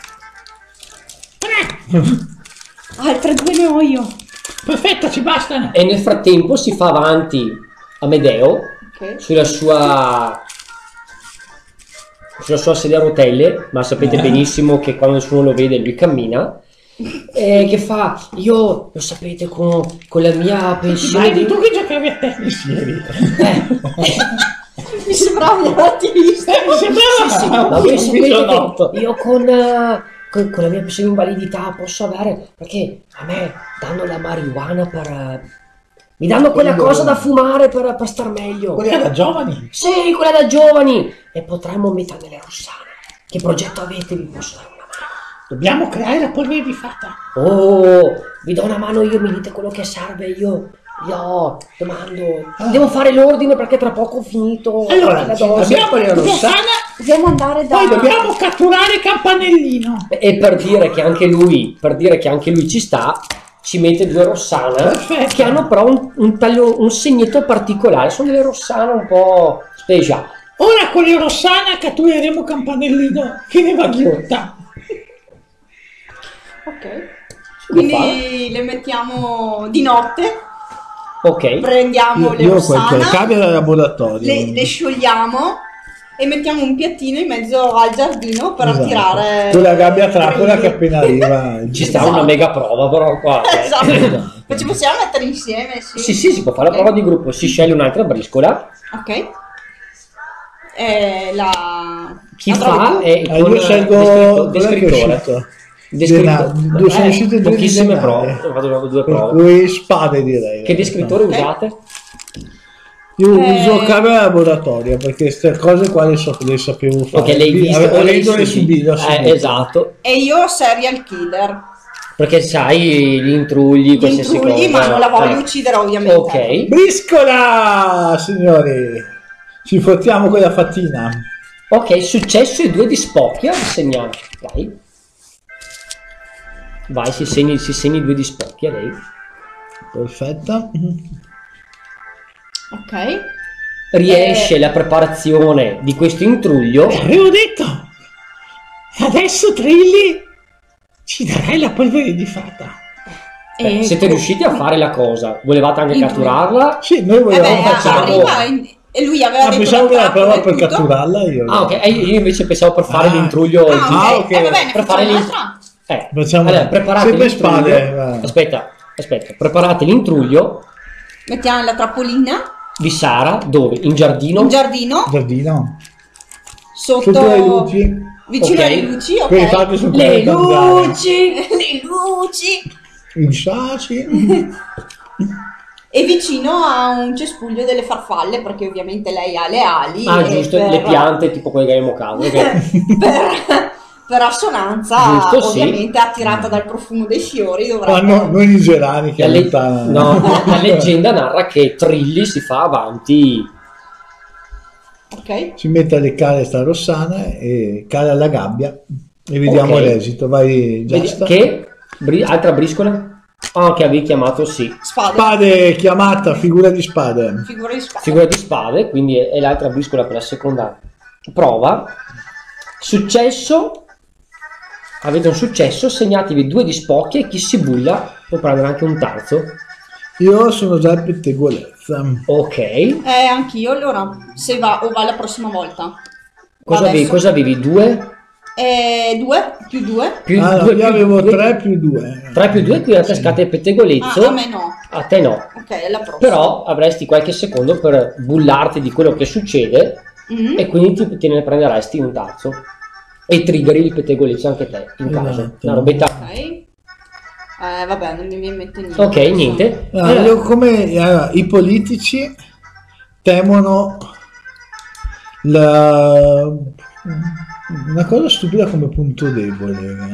tre. Altre due ne ho io. Perfetto, ci bastano. E nel frattempo si fa avanti Amedeo Ok. sulla sua sulla sua sedia a rotelle, ma sapete Eh. benissimo che quando nessuno lo vede lui cammina, e che fa, io lo sapete con, con la mia pensione Dai, di... tu che giocavi a tennis ieri. Eh, Mi sembrava un attivista. Mi sembrava sì, sì, ma un voi sapete bisonotto. che io con, eh, con, con la mia pensione di invalidità posso avere, perché a me danno la marijuana per... eh, mi danno quella cosa da fumare per, per star meglio. Quelli da giovani. Sì, quella da giovani! E potremmo mettere nelle rossane. Che progetto avete? Vi posso dare una Dobbiamo creare la polvere di fata. mano. Oh, vi do una mano io, mi dite quello che serve, io... Io domando... Devo fare l'ordine perché tra poco ho finito Allora, la dose. abbiamo la rossana, Dobbiamo andare da... poi dobbiamo catturare Campanellino. E per dire che anche lui, per dire che anche lui ci sta, ci mette due rossane Perfetto. che hanno però un, un taglio, un segnetto particolare. Sono delle rossane un po' speciali. Ora con le rossana cattureremo Campanellino che ne va ghiotta. Ok. Si può fare? Quindi le mettiamo di notte, Ok. prendiamo Io, le io ho quel rossana, cambio da laboratorio. le, le sciogliamo e mettiamo un piattino in mezzo al giardino per Esatto. attirare... Con la gabbia trappola grilli. che appena arriva. Ci sta una mega prova però qua. eh. Esatto. Ma ci possiamo mettere insieme, sì. Sì, sì, si può fare la prova di gruppo. Si sceglie un'altra briscola. Ok. E la... Chi la trovi fa tu? è Eh, con io scelgo descritto- quello che è descrittore. uscito. Descritto- Dena- due- sono eh, uscite due pochissime di prove. denari. Ho fatto due Per prove. cui spade direi. Che descrittore Ok. usate? Io Eh. uso camera laboratorio perché queste cose qua le, so, le sapevo fare. Ok, l'hai visto o l'hai Avendole subito, subito? Eh, esatto. E io serial killer. Perché sai gli intrugli, Gli qualsiasi intrugli, cosa. ma non la voglio Eh. uccidere ovviamente. Ok. Briscola, signori! Ci fottiamo quella fattina. Ok, successo e due di spocchia. Segnale. Vai. Vai, si segni, si segni due di spocchia lei. Perfetta. Ok. Riesce Eh. la preparazione di questo intruglio. Avevo detto. Adesso Trilli ci darai la polvere di fata. Eh, E- siete riusciti a fare la cosa? Volevate anche Intruglio. catturarla? Sì, noi Eh volevamo beh, facciamo- arriva in- e lui aveva Ah, detto pensavo che la era prova trappola per e tutto. catturarla io. Ah, ok. Eh, io invece pensavo per fare Ah. l'intruglio. Ah, ok. Ah, ok. Eh, va bene, Per fare facciamo l'in- un'altra. Eh, Facciamo- allora, preparate sempre l'intruglio. spade, va. Aspetta, aspetta. Preparate l'intruglio Mettiamo la trappolina di Sara, dove? In giardino? in giardino, Giardino. sotto, Sotto le luci. vicino Ok. alle luci, ok. Quelli fatti sul Le piano zanzare. luci! Le luci. I saci. E vicino a un cespuglio delle farfalle, perché ovviamente lei ha le ali. Ah, e giusto, per- le piante tipo quelle che abbiamo a casa. ok. per, per assonanza, Giusto, sì. ovviamente attirata dal profumo dei fiori, dovrebbe... Ma no, noi nigeriani che La, le- allontanano. no, la leggenda narra che Trilli si fa avanti. Ok. Si mette a leccare sta rossana e cala alla gabbia e vediamo Ok. l'esito. Vai, Vedi- Giasta. che? Bri- altra briscola? Ah, che avevi chiamato, sì. Spade. Spade chiamata, figura di spade. Figura di spade. Figura di spade, quindi è, è l'altra briscola per la seconda prova. Successo. Avete un successo, segnatevi due di spocchia e chi si bulla può prendere anche un terzo. Io sono già in pettegolezza. Ok. Eh, anch'io, allora, se va o va la prossima volta. Cosa Va avevi? adesso. Cosa avevi? Due? Eh, due, più due. Più Ah, no, due io più avevo due- tre più due. tre più due, quindi la cascata è Ah, pettegolezzo. a me no. A te no. Ok, alla prossima. Però avresti qualche secondo per bullarti di quello che succede Mm. e quindi ti, te ne prenderesti un terzo. E triggeri il pettegolezzo anche te in caso. Esatto. Una robetta. Ok. Eh, vabbè, non mi viene in mente niente. Ok, niente. Ah, Eh, io come allora, i politici temono la una cosa stupida come punto debole.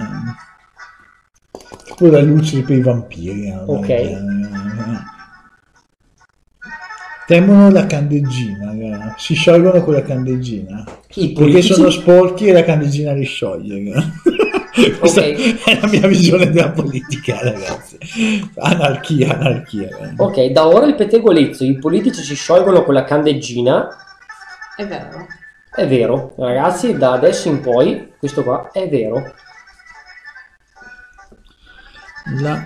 eh. Tipo la luce per i vampiri. eh. Ok. Temono la candeggina, eh. Si sciolgono con la candeggina. I Perché politici... sono sporchi e la candeggina li scioglie. eh. Questa Ok. è la mia visione della politica, ragazzi. Anarchia, anarchia. eh. Ok, da ora il pettegolezzo, i politici si sciolgono con la candeggina. È vero. È vero, ragazzi, da adesso in poi, questo qua è vero. La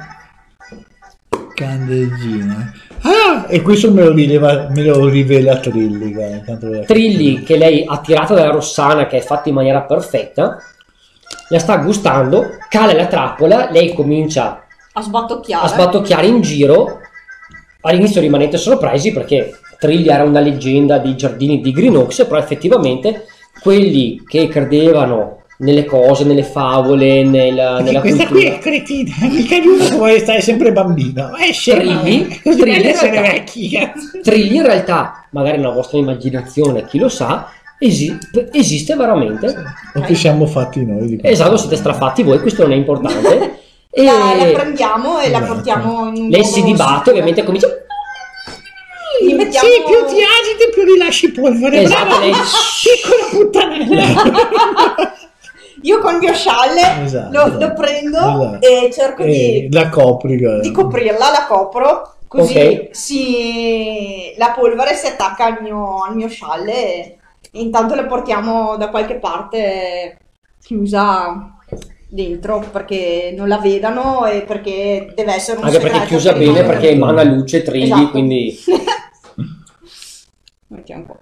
candeggina. Ah, e questo me lo, rileva, me lo rivela Trilli. guarda, tanto la- Trilli, che lei ha tirato dalla Rossana, che è fatta in maniera perfetta, la sta gustando, cala la trappola, lei comincia A sbattocchiare. a sbattocchiare in giro. All'inizio rimanete sorpresi perché Trilli era una leggenda dei giardini di Green Oaks, però effettivamente quelli che credevano nelle cose, nelle favole, nella, nella Questa qui cultura... è cretina, mica di uno che vuole stare sempre bambino. È scema, Trilli, è così Trilli bello in essere realtà- vecchi. cazzo. Trilli in realtà, magari nella vostra immaginazione, chi lo sa, esi- esiste veramente. O che siamo fatti noi. Di Esatto, siete strafatti voi, questo non è importante. E La, la prendiamo e la Esatto. portiamo in un lei luogo si dibatte, sicuro. ovviamente comincia... Gli mettiamo... Sì, più ti agiti, più rilasci polvere. Esatto, Brava, lei- piccola puttanella. Io con il mio scialle Esatto. lo, lo prendo Esatto. e cerco E di, la copri. guarda. di coprirla, la copro, così Ok. si, la polvere si attacca al mio, al mio scialle e intanto la portiamo da qualche parte chiusa dentro perché non la vedano e perché deve essere un Anche perché è segreto chiusa per bene, rimanere. perché emana luce, Trilli, Esatto. quindi... Mettiamo un po'.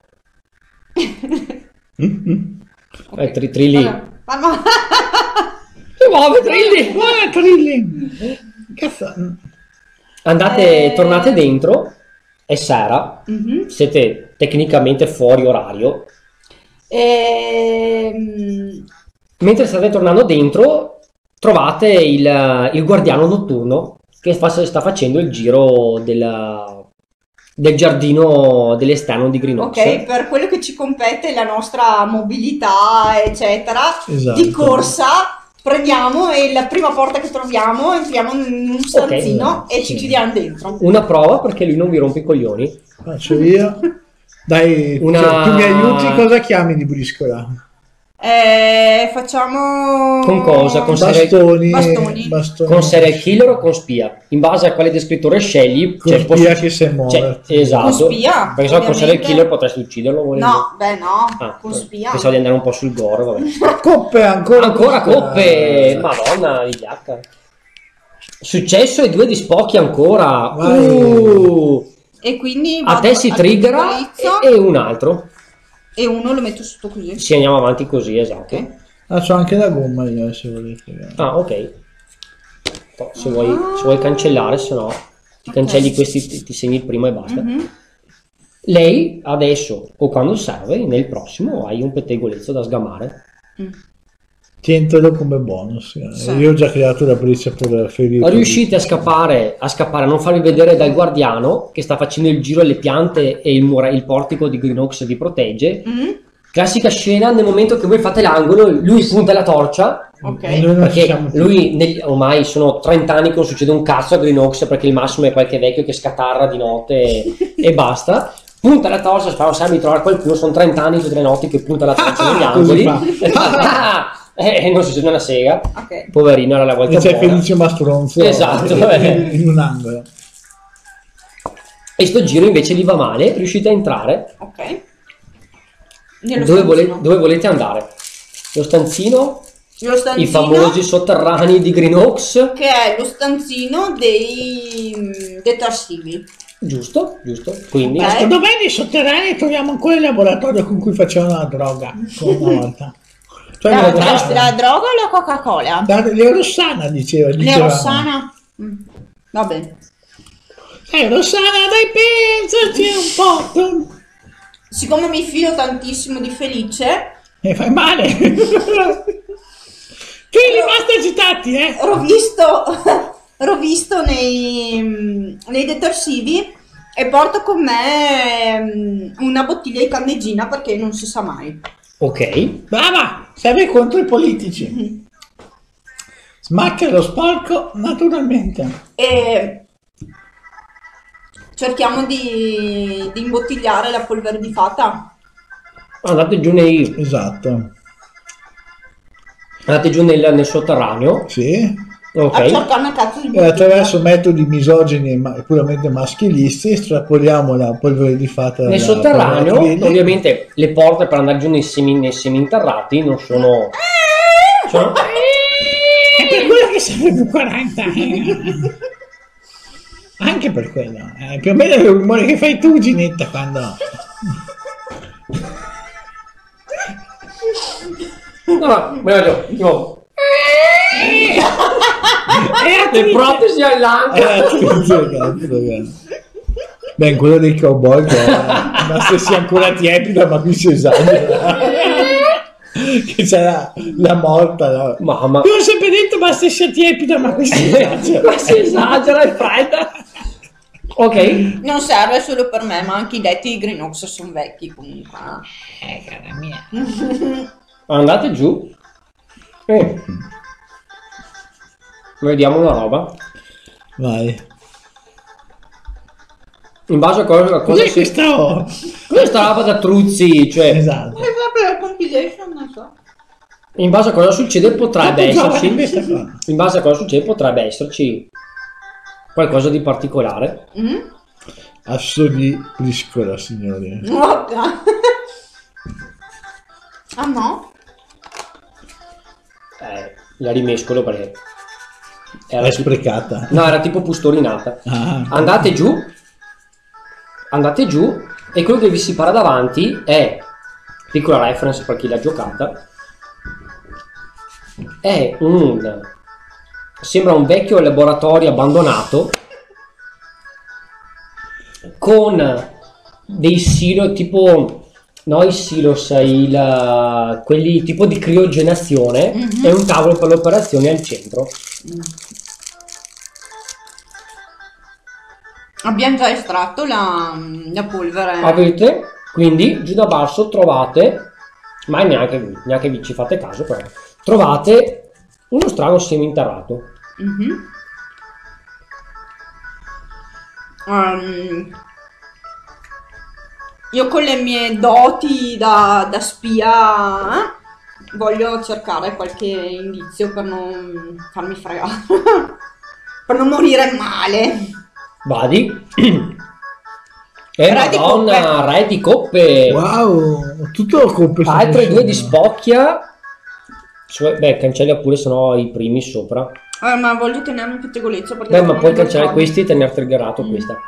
Mm-mm. Eh, tri- Trilli... Allora, ma- ma- Si muove, Trilli! Buona Trilli. Cazzo. Andate, Eh. tornate dentro, è sera, Mhm. siete tecnicamente fuori orario. Ehm, Mentre state tornando dentro, trovate il, il guardiano notturno che fa- sta facendo il giro della- del giardino dell'esterno di Green Oaks. ok, per quello che ci compete, la nostra mobilità, eccetera, Esatto. di corsa prendiamo e la prima porta che troviamo entriamo in un stanzino e ci sì. chiudiamo dentro. Una prova perché lui non vi rompe i coglioni. Faccio io. Dai, Una- cioè, tu mi aiuti, cosa chiami di briscola? Eh, facciamo Con cosa? Con serial- Bastoni, Bastoni. bastoni. Con serial killer o con spia? In base a quale descrittore scegli, Con c'è spia possi- che si muove. c'è- esatto. Con spia, Perché sennò con serial ovviamente. killer potresti ucciderlo. volendo. No, beh no, Ah, con spia. Pensavo di andare un po' sul gore, vabbè. Coppe ancora. Ancora questa- coppe, madonna, vigliacca. Successo e due di spocchi ancora. Vai. Uh, E quindi a vado te si al triggera pettegolezzo e, e un altro. e uno lo metto sotto così. Sì, andiamo avanti così, esatto. Ok. Ah, c'ho anche la gomma io, se volete. Ah, ok. No, se, vuoi, se vuoi cancellare, se no ti cancelli questi, ti, ti segni il primo e basta. Mhm. Lei adesso o quando serve, nel prossimo hai un pettegolezzo da sgamare. Mm. Tientelo come bonus. eh. Sì. Io ho già creato la breccia per ferire. Riuscite a scappare, a scappare, a non farvi vedere dal guardiano che sta facendo il giro alle piante e il, mura- il portico di Green Oaks vi protegge. Mhm. Classica scena, nel momento che voi fate l'angolo, lui punta la torcia, Ok. Noi non ci perché siamo più. lui negli- ormai sono trenta anni che non succede un cazzo a Green Oaks, perché il massimo è qualche vecchio che scatarra di notte e, e basta. Punta la torcia, spero sai di trovare qualcuno, sono trenta anni tutte le notti che punta la torcia negli Così angoli. fa. E e non succede una sega. Ok. Poverino, era la volta E c'è buona. Felice Mastronzo Esatto, in, eh. in un angolo. E sto giro invece gli va male, riuscite a entrare. Ok. Nello Dove, stanzino. vole- dove volete andare? Lo stanzino, Lo stanzino i famosi sotterranei di Green Oaks. che è lo stanzino dei mm, detersivi. Giusto, giusto. Quindi, Ok. Dov'è nei sotterranei troviamo ancora il laboratorio con cui facevano la droga. Come una volta. Cioè, La, la, la- la, la droga o la Coca-Cola? Da, le Rossana diceva. Le dicevamo. Rossana? Mm. Va bene. Eh, Rossana, dai, pensaci un po'. Siccome mi fido tantissimo di Felice, E fai male. Che rimasti agitati, eh? l'ho visto, l'ho visto nei, mm, nei detersivi e porto con me mm, una bottiglia di candeggina perché non si sa mai. ok. Brava, serve contro i politici. Smacca lo sporco naturalmente. E cerchiamo di, di imbottigliare la polvere di fata. Andate giù nei, Esatto. andate giù nel, nel sotterraneo. Sì. A Ok. cercare una cazzo di E bottiglia. attraverso metodi misogini e ma- puramente maschilisti estrapoliamo la polvere di fata Nel dalla sotterraneo, polvere di piedi. ovviamente, le porte per andare giù nei, semi, nei seminterrati non sono... sono È per quello che serve più quaranta. eh. Anche per quello. eh, più o meno è il rumore che fai tu, Ginetta, quando... no, meglio, tipo, È le protesi all'anca. Eh, attenzione, cazzo, ragazzi. Beh, in quello dei cowboy che è ma se sia ancora tiepida, ma qui si esagera. Che c'è la, la morta, no? Mamma, Io ho sempre detto basta sia tiepida, ma questa ma si esagera, è fredda. Ok, Non serve solo per me, ma anche i letti di Greenox sono vecchi comunque. Eh, cara mia. andate giù e vediamo una roba. Vai. In base a cosa, a cosa Cos'è si... questo? questa roba da truzzi, cioè, Esatto. È sempre la compilation, non so. in base a cosa succede potrebbe Troppo giovane esserci, questa qua. in base a cosa succede potrebbe esserci qualcosa di particolare. Mm? Asso di briscola, signori. Guarda. Ah no? Eh, la rimescolo perché era È tipo, sprecata. no, era tipo pustorinata. Ah. Andate giù, andate giù e quello che vi si para davanti è, piccola reference per chi l'ha giocata, è un, sembra un vecchio laboratorio abbandonato con dei silo tipo, no, i silos, il, quelli tipo di criogenazione, Mhm. e un tavolo per le operazioni al centro. Abbiamo già estratto la, la polvere. Avete, quindi giù da basso trovate, ma neanche, neanche vi ci fate caso, però trovate uno strano seminterrato. Mhm. Um, io con le mie doti da, da spia eh, voglio cercare qualche indizio per non farmi fregare, per non morire male. Vadi. E Re di madonna, re di coppe. Wow, tutto coppe. Altre due di spocchia. Cioè, beh, cancella pure, sennò i primi sopra. Eh, ma voglio tenermi il pettegolezzo perché Beh, dopo ma non puoi me lo cancellare ricordo. questi e tenere triggerato Mm. questa.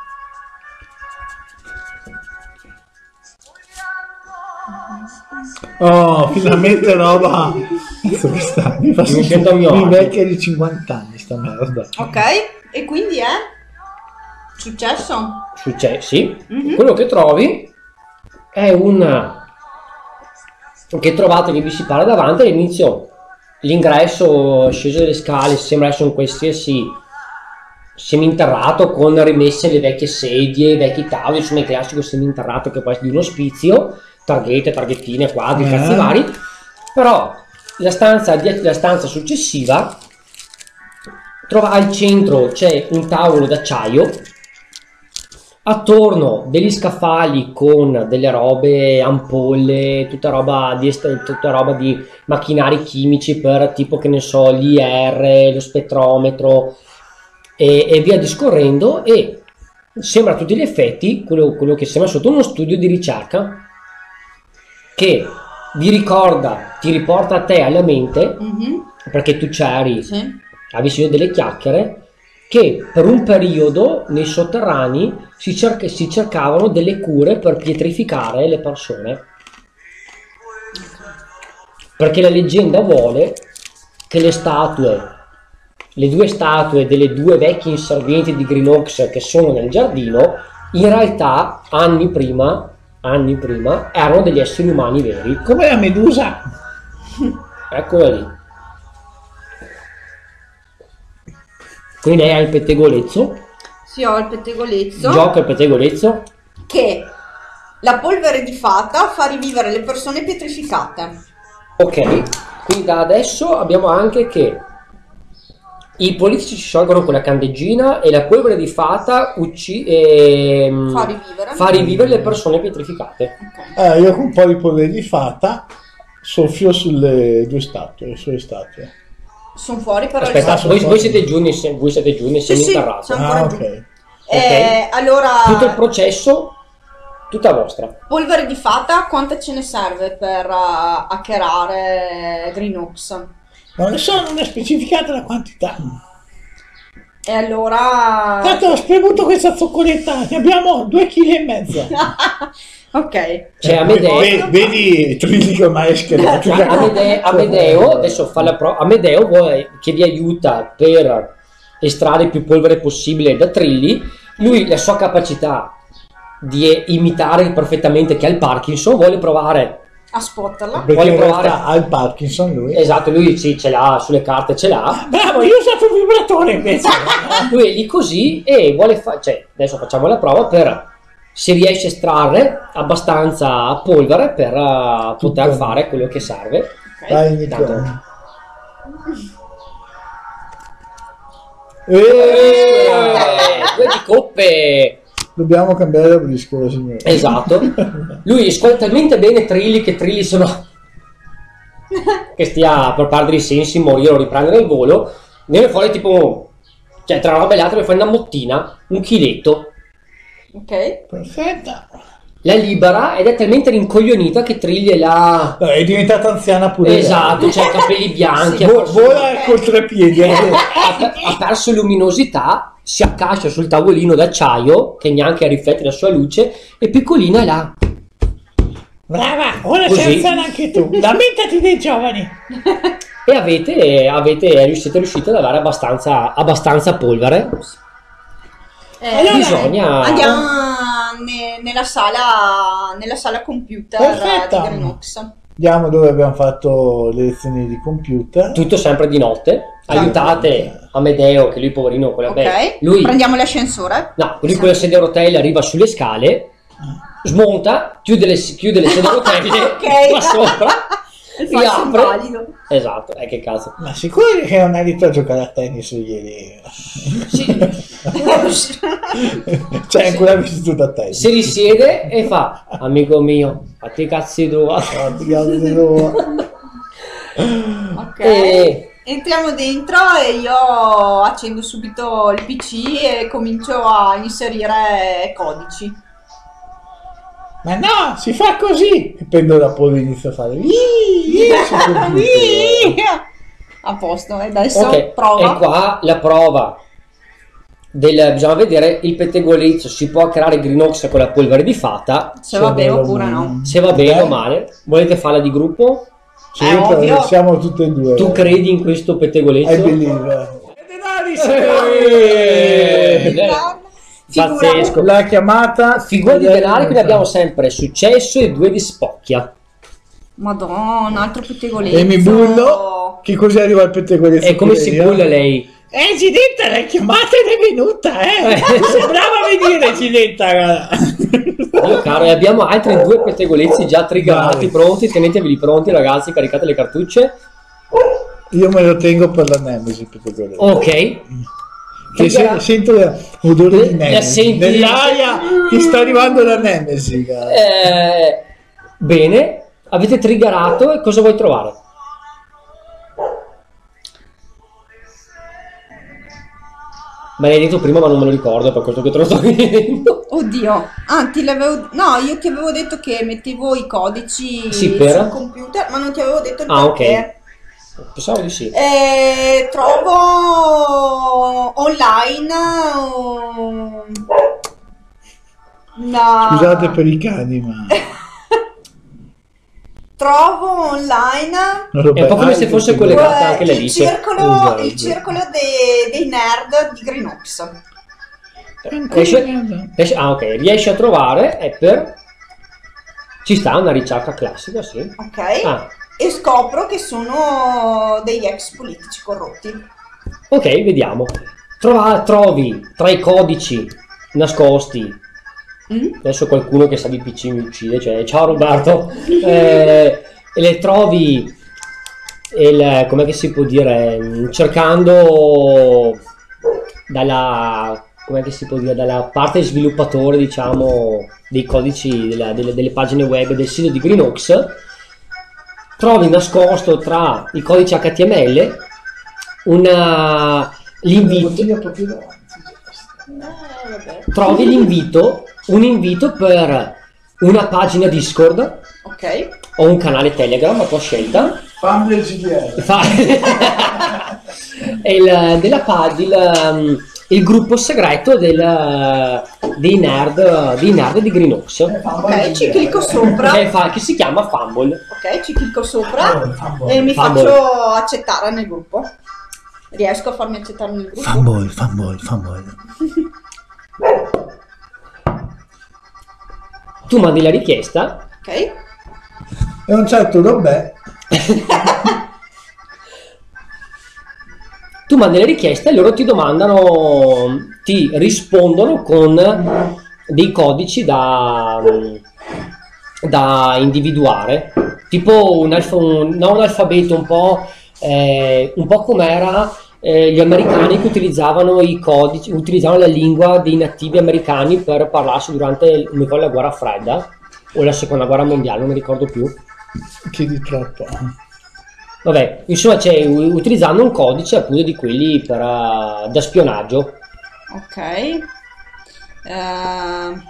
Oh, finalmente roba. Cazzo, questa mi fa Mi sento a mio mi agio. vecchia di cinquanta anni sta merda. Ok, e quindi è successo? Succede, sì. Mhm. Quello che trovi è un che trovate che vi si parla davanti all'inizio. L'ingresso sceso delle scale sembra essere un qualsiasi seminterrato con rimesse le vecchie sedie, i vecchi tavoli, insomma il classico seminterrato che può essere di un ospizio, targhette, targhettine, quadri, Eh. cazzi vari. Però la stanza, dietro la stanza successiva, trova al centro c'è un tavolo d'acciaio, attorno degli scaffali con delle robe, ampolle, tutta roba di, est- tutta roba di macchinari chimici per tipo, che ne so, l'I R, lo spettrometro e, e via discorrendo, e sembra a tutti gli effetti quello, quello che sembra sotto uno studio di ricerca che vi ricorda, ti riporta a te alla mente, Mhm, perché tu c'eri, sì. avevi sentito delle chiacchiere, che per un periodo nei sotterranei si, cerca- si cercavano delle cure per pietrificare le persone, perché la leggenda vuole che le statue, le due statue delle due vecchie inservienti di Greenox che sono nel giardino, in realtà anni prima anni prima erano degli esseri umani veri. Come la medusa. Eccola lì. Quindi lei ha il pettegolezzo, Sì, ho il pettegolezzo. gioca il pettegolezzo. Che la polvere di fata fa rivivere le persone pietrificate. Ok, quindi da adesso abbiamo anche che I politici si sciolgono con la candeggina e la polvere di fata ucci- ehm, Fa rivivere. fa rivivere le persone pietrificate. Ok. Eh, io con un po' di polvere di fata soffio sulle due statue, sulle statue. Sono fuori però Aspetta, le voi, voi siete giù, nei- voi siete giù nei Sì, semi sì, interrati. siamo Ah, ancora giù. ok. Eh, allora, Tutto il processo, tutta vostra. polvere di fata, quante ce ne serve per uh, hackerare Greenox? Non ne so, non è specificata la quantità. E allora... Tanto ho spremuto questa zoccoletta, ne abbiamo due chili e mezzo. ok. C'è Amedeo. Vedi, vedi Trilli che ormai è scheletro. Amede- Amedeo, adesso fa la prova. Amedeo vuole che vi aiuta per estrarre più polvere possibile da Trilli. Lui, la sua capacità di imitare perfettamente che ha il Parkinson, vuole provare. A spotterla. Perché Vuole in provare? realtà ha il Parkinson lui. Esatto, lui sì, ce l'ha sulle carte, ce l'ha. Bravo, io ho usato il vibratore invece. Lui è lì così e vuole fare. Cioè, adesso facciamo la prova per se riesce a estrarre abbastanza polvere per uh, poter Tutto. fare quello che serve. Ok. Vai, Nico. Tanto. Eh, Eh, due di coppe. Dobbiamo cambiare la briscola, signore. Esatto. Lui ascolta talmente bene Trilli che Trilli sono che stia per perdere i sensi, morire o riprendere il volo. Viene fuori tipo, cioè tra una roba e l'altra, fuori una mottina, un chiletto, Ok. Perfetta. la libera ed è talmente rincoglionita che Trilli è là. No, è diventata anziana pure lei. Esatto, c'ha i capelli bianchi, ha Vo- perso, vola col trepiedi. eh. ha perso luminosità, si accascia sul tavolino d'acciaio che neanche riflette la sua luce e piccolina è là. Brava, ora Così. sei anziana anche tu. Lamentati dei giovani. E avete, avete siete riusciti ad avere abbastanza, abbastanza polvere. Eh, Allora, bisogna- Andiamo ne- nella sala nella sala computer Perfetta. di Greenox. Andiamo dove abbiamo fatto le lezioni di computer. Tutto sempre di notte. Aiutate Amedeo, che lui poverino con la Ok. beh, lui Prendiamo l'ascensore. no, lui con la sedia a rotelle arriva sulle scale, smonta, chiude le, chiude le sedie a rotelle, Ok. va sopra, Il falso riapre. invalido. Esatto, eh, che cazzo. Ma sicuro che non hai detto a giocare a tennis ieri? Si, Cioè, ancora vissuto a tennis. si risiede e fa: amico mio, fatti i cazzi tua. Ah, ti chiamo di nuovo. Ok. E Entriamo dentro e io accendo subito il P C e comincio a inserire codici. Ma no, si fa così. E prendo la polvere e inizio a fare. Ii, ii, sul computer. Via! A posto, e adesso ok, prova. e qua la prova del, bisogna vedere il pettegolezzo, si può creare Greenox con la polvere di fata, Se va bene bello, oppure ma- no. se va bene Eh? o male. Volete farla di gruppo? Sì, È però ovvio. siamo tutte e due. Tu credi in questo I pettegolezzo? believe. Eh, Figura- pazzesco. La chiamata Figura di denari, quindi abbiamo sempre successo e due di spocchia. Madonna, altro pettegolezzo. E mi bullo. Che così arriva il pettegolezzo? E come che si io? bulla lei? Eh, Ginetta, la chiamata ed è venuta, eh. Sembrava venire, Ginetta. Mio caro, e abbiamo altri due pettegolezzi già triggerati, Vai. pronti. Teneteveli pronti, ragazzi, caricate le cartucce. Io me lo tengo per la Nemesi il pettegolezzo. Ok. Che se- sento l'odore Le- di la Nemesi. senti? Nell'aria ti sta arrivando la Nemesi. cara. Eh, bene, avete triggerato e cosa vuoi trovare? Me l'hai detto prima ma non me lo ricordo, per questo che te lo sto chiedendo. Oddio. Ah, ti l'avevo... No, io ti avevo detto che mettevo i codici Sì, per? sul computer, ma non ti avevo detto il Ah, perché. ok. Pensavo di sì. Eh, trovo online um, una- Scusate per i cani, ma trovo online È un po' come se fosse collegata anche la il lice. circolo, Esatto. il circolo de- dei nerd di Greenox. Riesce, riesce- ah, ok, riesci a trovare e per... Ci sta una ricerca classica, sì. Ok? Ah, E scopro che sono degli ex politici corrotti. ok, vediamo. Trova- trovi tra i codici nascosti. Mm? Adesso qualcuno che sa di P C mi uccide, cioè ciao Roberto. Eh, e le trovi il, com'è che si può dire, cercando dalla, com'è che si può dire, dalla parte sviluppatore, diciamo, dei codici della- delle, delle pagine web del sito di Greenox, trovi nascosto tra i codici H T M L una, l'invito, proprio davanti. Eh, vabbè. trovi l'invito, un invito per una pagina Discord Ok. o un canale Telegram a tua scelta. Fan del G D R. Fa- è il, della pagina, il, il gruppo segreto del, dei nerd dei nerd di Greenox, Ok, ci clicco sopra. che, fa- che si chiama Fumble. Ok, ci clicco sopra Fumble. e mi Fumble. faccio accettare nel gruppo. Riesco a farmi accettare nel gruppo? Fumble, fumble, fumble. Tu mandi la richiesta, Ok. E un certo dov'è? tu mandi la richiesta e loro ti domandano, ti rispondono con dei codici da, da individuare, tipo un, alfa, un, no, un alfabeto un po', eh, un po' come era eh, gli americani che utilizzavano i codici, utilizzavano la lingua dei nativi americani per parlarsi durante mi ricordo, la guerra fredda o la seconda guerra mondiale, non mi ricordo più. Chiedi troppo. Vabbè, insomma, c'è u- utilizzando un codice appunto di quelli per, uh, da spionaggio. Ok. Eh,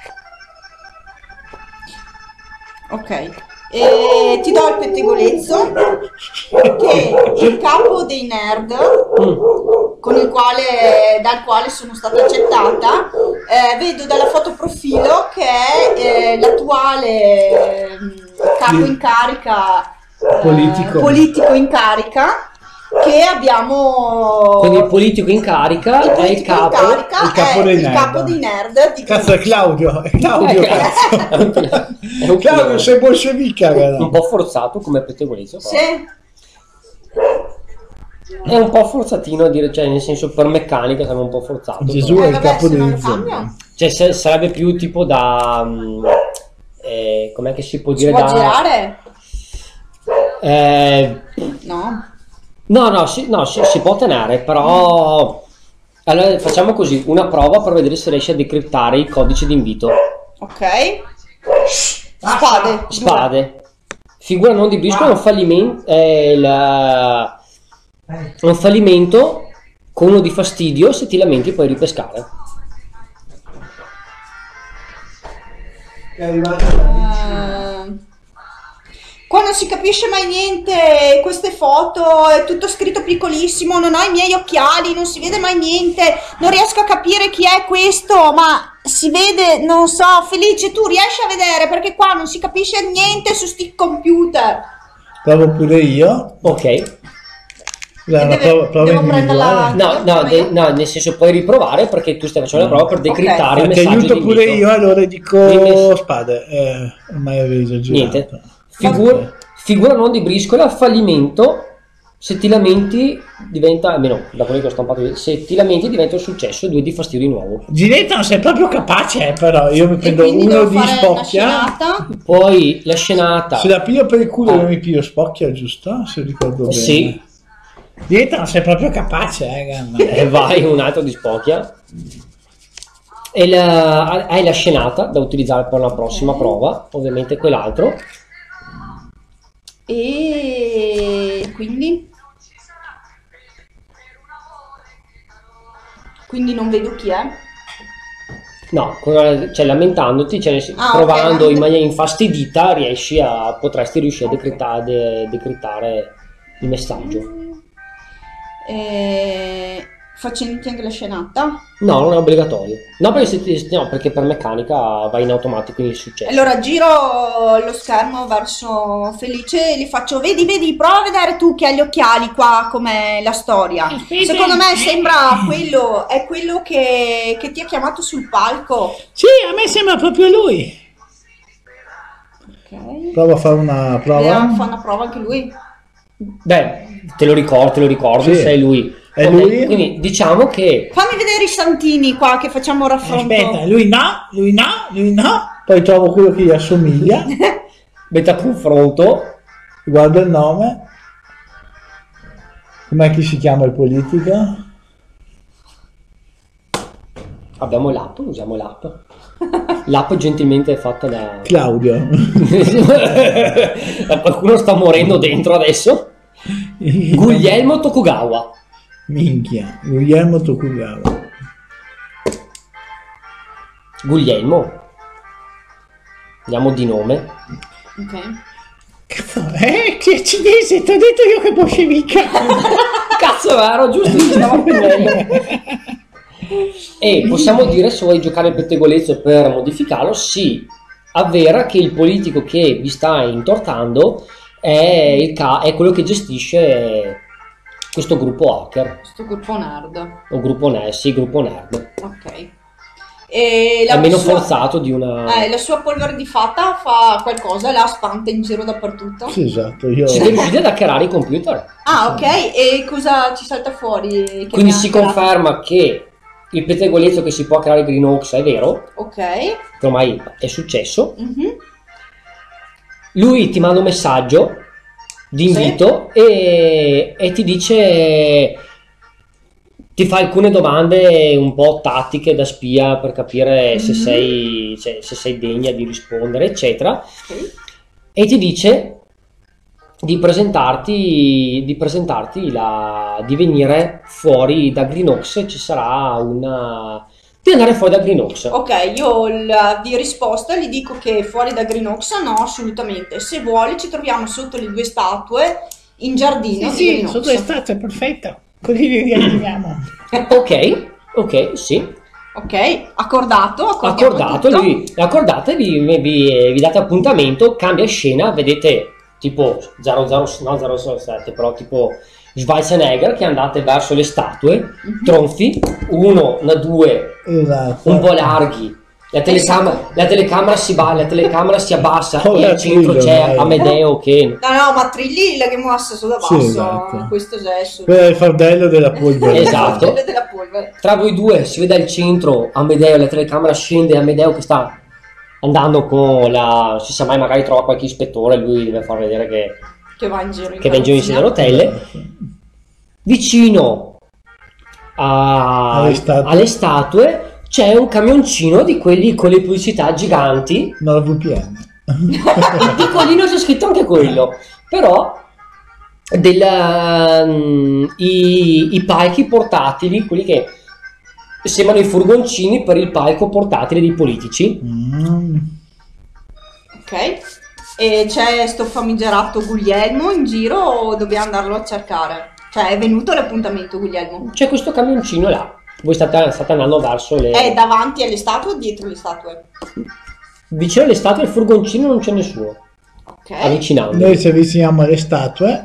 ok. E ti do il pettegolezzo che il capo dei nerd Mm. con il quale, dal quale sono stata accettata, eh, vedo dalla foto profilo che è eh, l'attuale ehm, capo in carica, eh, Politico. politico in carica, che abbiamo Quindi il politico in carica il è il politico in capo. carica il capo è dei il nerd. capo dei nerd di Cazzo, è Claudio, è Claudio, Eh, cazzo. è un, è un- Claudio, sei bolscevica, un ragazzi. po' forzato come pettegolezzo, però. Sì. È un po' forzatino a dire, cioè nel senso per meccanica siamo un po' forzato. Gesù però. è Eh, il vabbè, capo se non dei lo cambio. Cioè se- sarebbe più tipo da mm, eh, com'è che si può Si dire può da girare? eh, No. no no, si, no si, si può tenere, però allora facciamo così una prova per vedere se riesci a decriptare i codici di invito. Ok. Spade. Spade, figura non di briscola, è un fallimento, è il, è un fallimento con uno di fastidio, se ti lamenti puoi ripescare. È arrivato. Eh, Qua non si capisce mai niente, queste foto è tutto scritto piccolissimo, non ho i miei occhiali, non si vede mai niente, non riesco a capire chi è questo, ma si vede, non so, Felice, tu riesci a vedere perché qua non si capisce niente su sti computer. Provo pure io. Ok, Dai, una deve- prova, prova devo individuale. prenderla- no, no, de- no, nel senso puoi riprovare perché tu stai facendo la prova per decriptare il Ti messaggio aiuto di pure invito. io, allora dico Quindi- spade. Eh, ormai avevi esagerato. Niente. Figura, figura non di briscola, fallimento. Se ti lamenti diventa, almeno da quello che ho stampato, se ti lamenti diventa un successo, due di fastidio di nuovo. Ginetta non sei proprio capace, eh, però io mi E prendo quindi uno devo di fare una spocchia. scenata. Poi la scenata. Se la piglio per il culo Ah. io mi piglio spocchia, giusto? Se ricordo bene. Sì. Ginetta non sei proprio capace, eh, gamma. E vai un altro di spocchia. E la, hai la scenata da utilizzare per la prossima prova, ovviamente quell'altro. E quindi? Quindi non vedo chi è. No, con- cioè lamentandoti, cioè, nel sen- Ah, ok, provando in lament- maniera infastidita, riesci a, potresti riuscire a decrittare, de- decrittare il messaggio. E... Facendoti anche la scenata. No, non è obbligatorio. No, perché, se ti- no, perché per meccanica vai in automatico in successo. Allora giro lo schermo verso Felice e gli faccio: vedi, vedi, prova a vedere tu che hai gli occhiali qua, com'è la storia. Aspetta. Secondo me sembra quello, è quello che, che ti ha chiamato sul palco. Sì, a me sembra proprio lui. Ok. Prova a fare una prova. Vediamo, fa una prova anche lui. Beh, te lo ricordo, te lo ricordo, Sì. sei lui. È Ok, lui? Quindi diciamo che Fammi vedere i santini qua che facciamo il raffronto. Aspetta, lui no, lui no, lui no. Poi trovo quello che gli assomiglia, metà confronto, guardo il nome. Com'è che si chiama il politico? Abbiamo l'app, usiamo l'app. L'app gentilmente fatta da... Claudio. Qualcuno sta morendo dentro adesso. Guglielmo Tokugawa. Minchia, Guglielmo Tokugawa. Guglielmo. Andiamo di nome. Ok. Cazzo, eh, che è cinese, ti ho detto io che bolscevica. Cazzo, ero giusto, mi stava più meglio. E possiamo dire, se vuoi giocare il pettegolezzo per modificarlo, si avvera che il politico che vi sta intortando è, il ca- è quello che gestisce questo gruppo hacker, Questo gruppo nerd. o gruppo nerd, sì, gruppo nerd. Ok. E la È meno sua- forzato di una... Eh, la sua polvere di fata fa qualcosa, la spanta in giro dappertutto. Sì, esatto, io... Siete riusciti ad hackerare i computer. Ah, ok. E cosa ci salta fuori? Che Quindi mi ha si hackerato? conferma che il pettegolezzo che si può creare Green Oaks è vero, Ok. che ormai è successo. Mhm. Lui ti manda un messaggio di invito e, e ti dice, ti fa alcune domande un po' tattiche da spia per capire se Mhm. sei, cioè, se sei degna di rispondere, eccetera, Ok. e ti dice di presentarti, di presentarti la, di venire fuori da Green Oaks. Ci sarà una, di andare fuori da Green Oaks. Ok, io la, di risposta gli dico che fuori da Green Oaks no, assolutamente. Se vuole ci troviamo sotto le due statue in giardino Sì, di sì, Green sotto Oaks. è stato, è perfetto. Così li riattiviamo. Ok, ok, sì. Ok, accordato, accordiamo Accordato, tutto. vi, accordate, vi, vi, vi date appuntamento, cambia scena, vedete tipo zero zero, no, zero zero sette, però tipo Schwarzenegger che andate verso le statue, Mhm. tronfi, uno, una, due, Esatto. un po' larghi. La telecamera, la telecamera, si, ba- la telecamera si abbassa Oh, e al centro Trillo, c'è dai. Amedeo che... No, no, ma Trilli la che mossa su da Sì, basso, esatto. questo gesto. Quello è il fardello della polvere. Esatto. Della polvere. Tra voi due si vede al centro Amedeo, la telecamera scende, Amedeo che sta andando con la... si sa mai, magari trova qualche ispettore, lui deve far vedere che, Che va in giro in che va in giro in carrozzina. rotelle. Esatto. Vicino a- Alle statue. alle statue c'è un camioncino di quelli con le pubblicità giganti. No, la V P N. Il piccolino c'è scritto anche quello, però del, mm, i, i palchi portatili, quelli che sembrano i furgoncini per il palco portatile dei politici. Mm. Ok. E c'è sto famigerato Guglielmo in giro o dobbiamo andarlo a cercare? Cioè è venuto l'appuntamento Guglielmo? C'è questo camioncino là. Voi state, state andando verso le... È davanti alle statue o dietro le statue? Vicino alle statue il furgoncino non c'è nessuno. Ok. Avvicinando. Noi ci avviciniamo alle statue.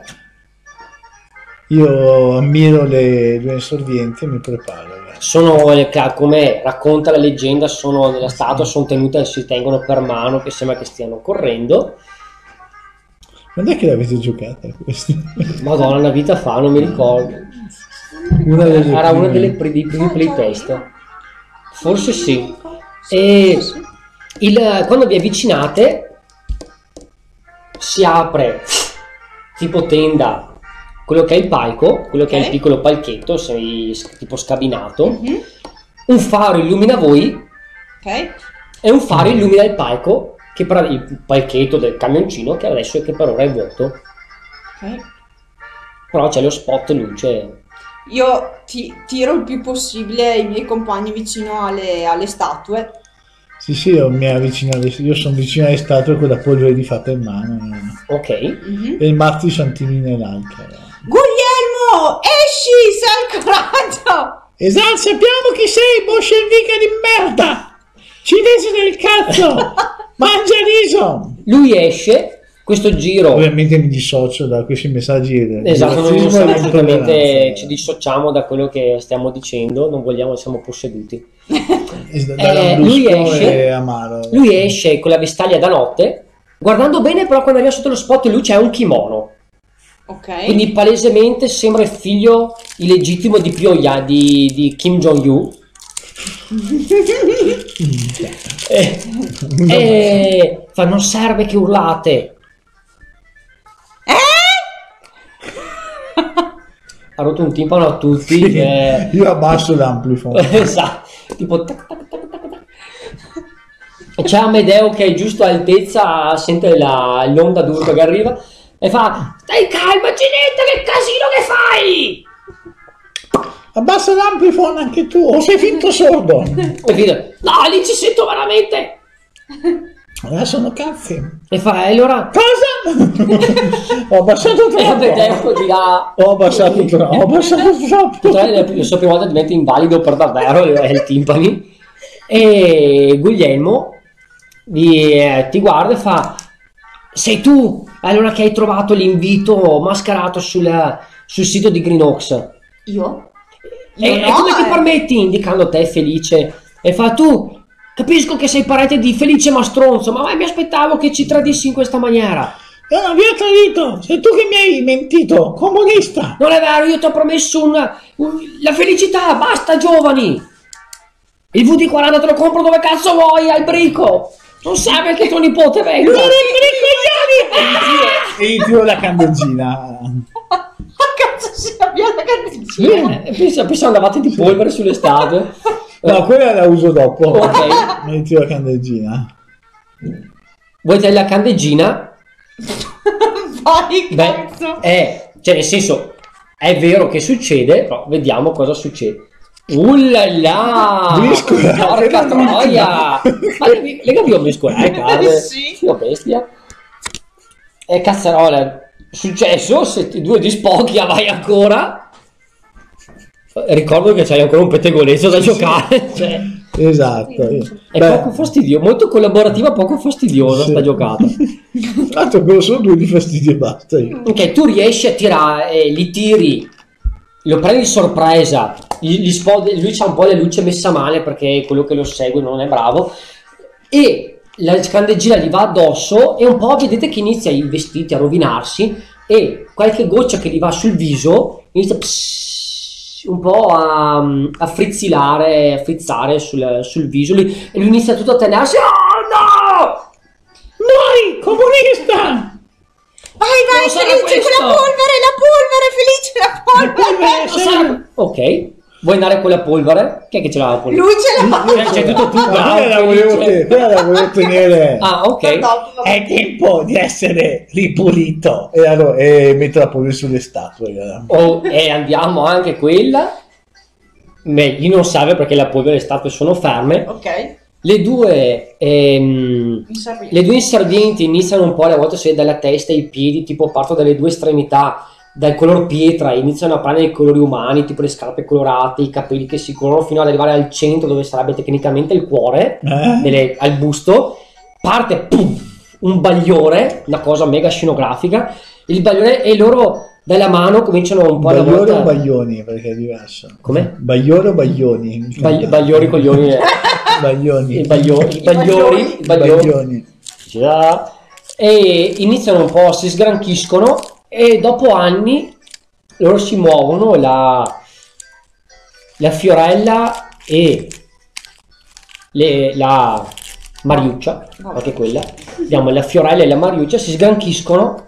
Io ammiro le due insordienti e mi preparo. Sono, le ca- come racconta la leggenda, sono nella statua, sono tenute, si tengono per mano, che sembra che stiano correndo. Quando è che l'avete giocata questa? Madonna, una vita fa, non mi ricordo. Una delle Era una prime. delle pri- dei primi Ah, playtest. già, Forse sì. Sì, E sì, sì. il- quando vi avvicinate si apre tipo tenda quello che è il palco, quello che è il Ok. piccolo palchetto, sei tipo scabinato. Mhm. Un faro illumina voi Ok. e un faro illumina il palco, che per il palchetto del camioncino che adesso che per ora è vuoto. Ok. Però c'è lo spot luce. Io ti tiro il più possibile i miei compagni vicino alle, alle statue. Sì, sì, io mi avvicino alle... io sono vicino alle statue con la polvere di fatta in mano Ok. Mhm. e il Marti Santini nell'altra. Guglielmo, esci, sei al coraggio! Esatto, sappiamo chi sei, bolscevica di merda! Cinese del cazzo! Mangia riso! Lui esce, questo giro. Ovviamente mi dissocio da questi messaggi. del Esatto, noi non razzismo e siamo dell'intolleranza. assolutamente, ci dissociamo da quello che stiamo dicendo, non vogliamo, siamo posseduti. E da- Eh, Lambrusco lui esce- e amaro. Lui esce con la vestaglia da notte, guardando bene però quando arriva sotto lo spot lui c'è un kimono, Ok. quindi palesemente sembra il figlio illegittimo di Pyongyang, di, di Kim Jong-un. e, e fa, non serve che urlate. ha rotto un timpano a tutti. Sì, eh. io abbasso l'amplifone. Esatto, tipo tac, tac, tac, tac, tac. E c'è Amedeo che è giusto a altezza, sente la- l'onda d'urto che arriva e fa: stai calma Ginetta, che casino che fai? Abbassa l'amplifone anche tu, o sei finto sordo? E dice: no, lì ci sento veramente. Allora sono cazzi. E fa: e allora Cosa? Ho abbassato e Amedeo troppo. dirà: Ho abbassato troppo. Ho abbassato troppo. Cioè, la, la sua prima volta diventa invalido per davvero, è il timpani. E Guglielmo vi- eh, ti guarda e fa: sei tu allora che hai trovato l'invito mascherato sul, sul sito di Greenox? Io? E, Io e no, come ti eh. permetti, indicando te Felice, e fa: tu capisco che sei parente di Felice Mastronzo, ma mai mi aspettavo che ci tradissi in questa maniera. Io non vi ho tradito, sei tu che mi hai mentito, comunista. Non è vero, io ti ho promesso una, un- la felicità, basta giovani. Il V D quaranta te lo compro dove cazzo vuoi, al brico. Non serve che tuo nipote venga. E gli tiro la candeggina. Ma cazzo si abbia la candeggina? Eh, pensa, pensa andavate di polvere sulle statue. No, quella la uso dopo. Ok. Mi tiro la candeggina. Vuoi te la candeggina? Vai, Beh, cazzo. è, cioè nel senso, è vero che succede, però vediamo cosa succede. Ullala! Briscola, Porca che troia! Ma le, le capivo briscola, eh, cade? Sì. Io bestia. E cazzarola, successo, se ti due di spocchia vai ancora. Ricordo che c'hai ancora un pettegolezzo da giocare, cioè, Esatto. è Beh, poco fastidioso, molto collaborativa, poco fastidiosa sì. sta giocata. Tra l'altro quello sono due di fastidio e basta. Io. Ok, tu riesci a tirare, eh, li tiri, lo prendi di sorpresa, gli, gli spodi- lui c'ha un po' le luci messa male perché quello che lo segue non è bravo, e la candeggina gli va addosso e un po' vedete che inizia i vestiti a rovinarsi e qualche goccia che gli va sul viso inizia pss, un po' a, a frizzilare, a frizzare sul, sul viso lui, e lui inizia tutto a tenersi. Oh no! Noi, comunista! Vai, vai, Non sarà Felice, questo. quella polvere, la polvere, Felice, la polvere. Non sarà- Ok, vuoi andare con la polvere? Chi è che ce l'ha la polvere? Lui ce l'ha. Eh, c'è tutto tu, Ma bravo, quella la volevo, Felice. te- quella la volevo tenere. Ah, ok. Per dopo, È tempo di essere ripulito. E, allora, e metto la polvere sulle statue. guarda. Oh, e andiamo anche quella. Meglio non serve perché la polvere e le statue sono ferme. Ok, Le due, ehm, mi serve. le due inservienti iniziano un po' alle volte se dalla testa ai piedi, tipo partono dalle due estremità, dal color pietra, iniziano a prendere i colori umani, tipo le scarpe colorate, i capelli che si colorano fino ad arrivare al centro dove sarebbe tecnicamente il cuore, Eh? delle- al busto. Parte pum, un bagliore, una cosa mega scenografica, il bagliore, e loro dalla mano cominciano un po' alla Bagliore o volta. baglioni? Perché è diverso. Come? Bagliore o baglioni? Bagli- bagliori coglioni. eh. Baglioni. I bagliori, i bagliori, i bagliori. Baglioni. Già. E iniziano un po', si sgranchiscono e dopo anni loro si muovono, la, la Fiorella e le- la Mariuccia, anche quella, vediamo la Fiorella e la Mariuccia si sgranchiscono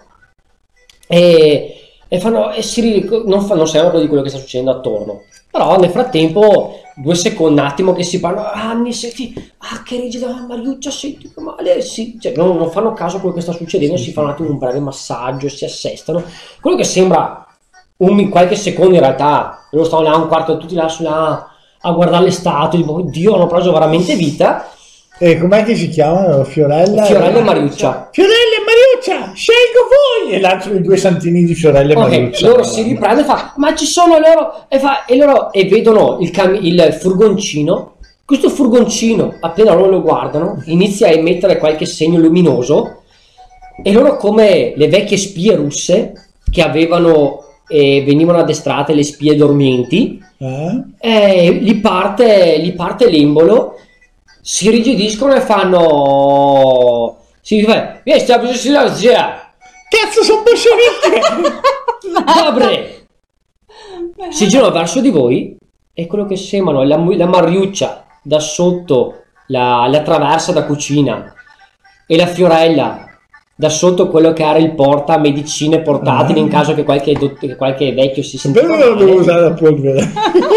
e, e fanno e si ric- non, fanno, non sanno di quello che sta succedendo attorno. Però nel frattempo, due secondi, un attimo che si parlano, ah, Anni, senti, ah, che rigida la Mariuccia, senti che male, sì. Cioè, non, non fanno caso a quello che sta succedendo, si fanno un attimo un breve massaggio, si assestano. Quello che sembra un mi- qualche secondo in realtà, loro stanno là un quarto, tutti là sulla, a guardare le statue, tipo, oddio, hanno preso veramente vita. E com'è che si chiamano? Fiorella? Fiorella e Mariuccia. Fiorella e Mariuccia, scelgo voi! E l'altro i due santini di Fiorella e Ok, Mariuccia. loro si riprendono e fa, ma ci sono loro, e, fa, e loro e vedono il, cam- il furgoncino. Questo furgoncino, appena loro lo guardano, inizia a emettere qualche segno luminoso e loro, come le vecchie spie russe che avevano e venivano addestrate, le spie dormienti, Eh? eh, gli parte, gli parte l'embolo, si rigidiscono e fanno, si fa, "Eh, sta per silenzio, Cazzo, sono bolsceviche! Gabre!" Si girano verso di voi e quello che sembrano la, la Mariuccia da sotto la, la traversa da cucina e la Fiorella da sotto quello che era il porta medicine portatili in caso che qualche, dott- che qualche vecchio si sentiva Però non devo male. usare la polvere.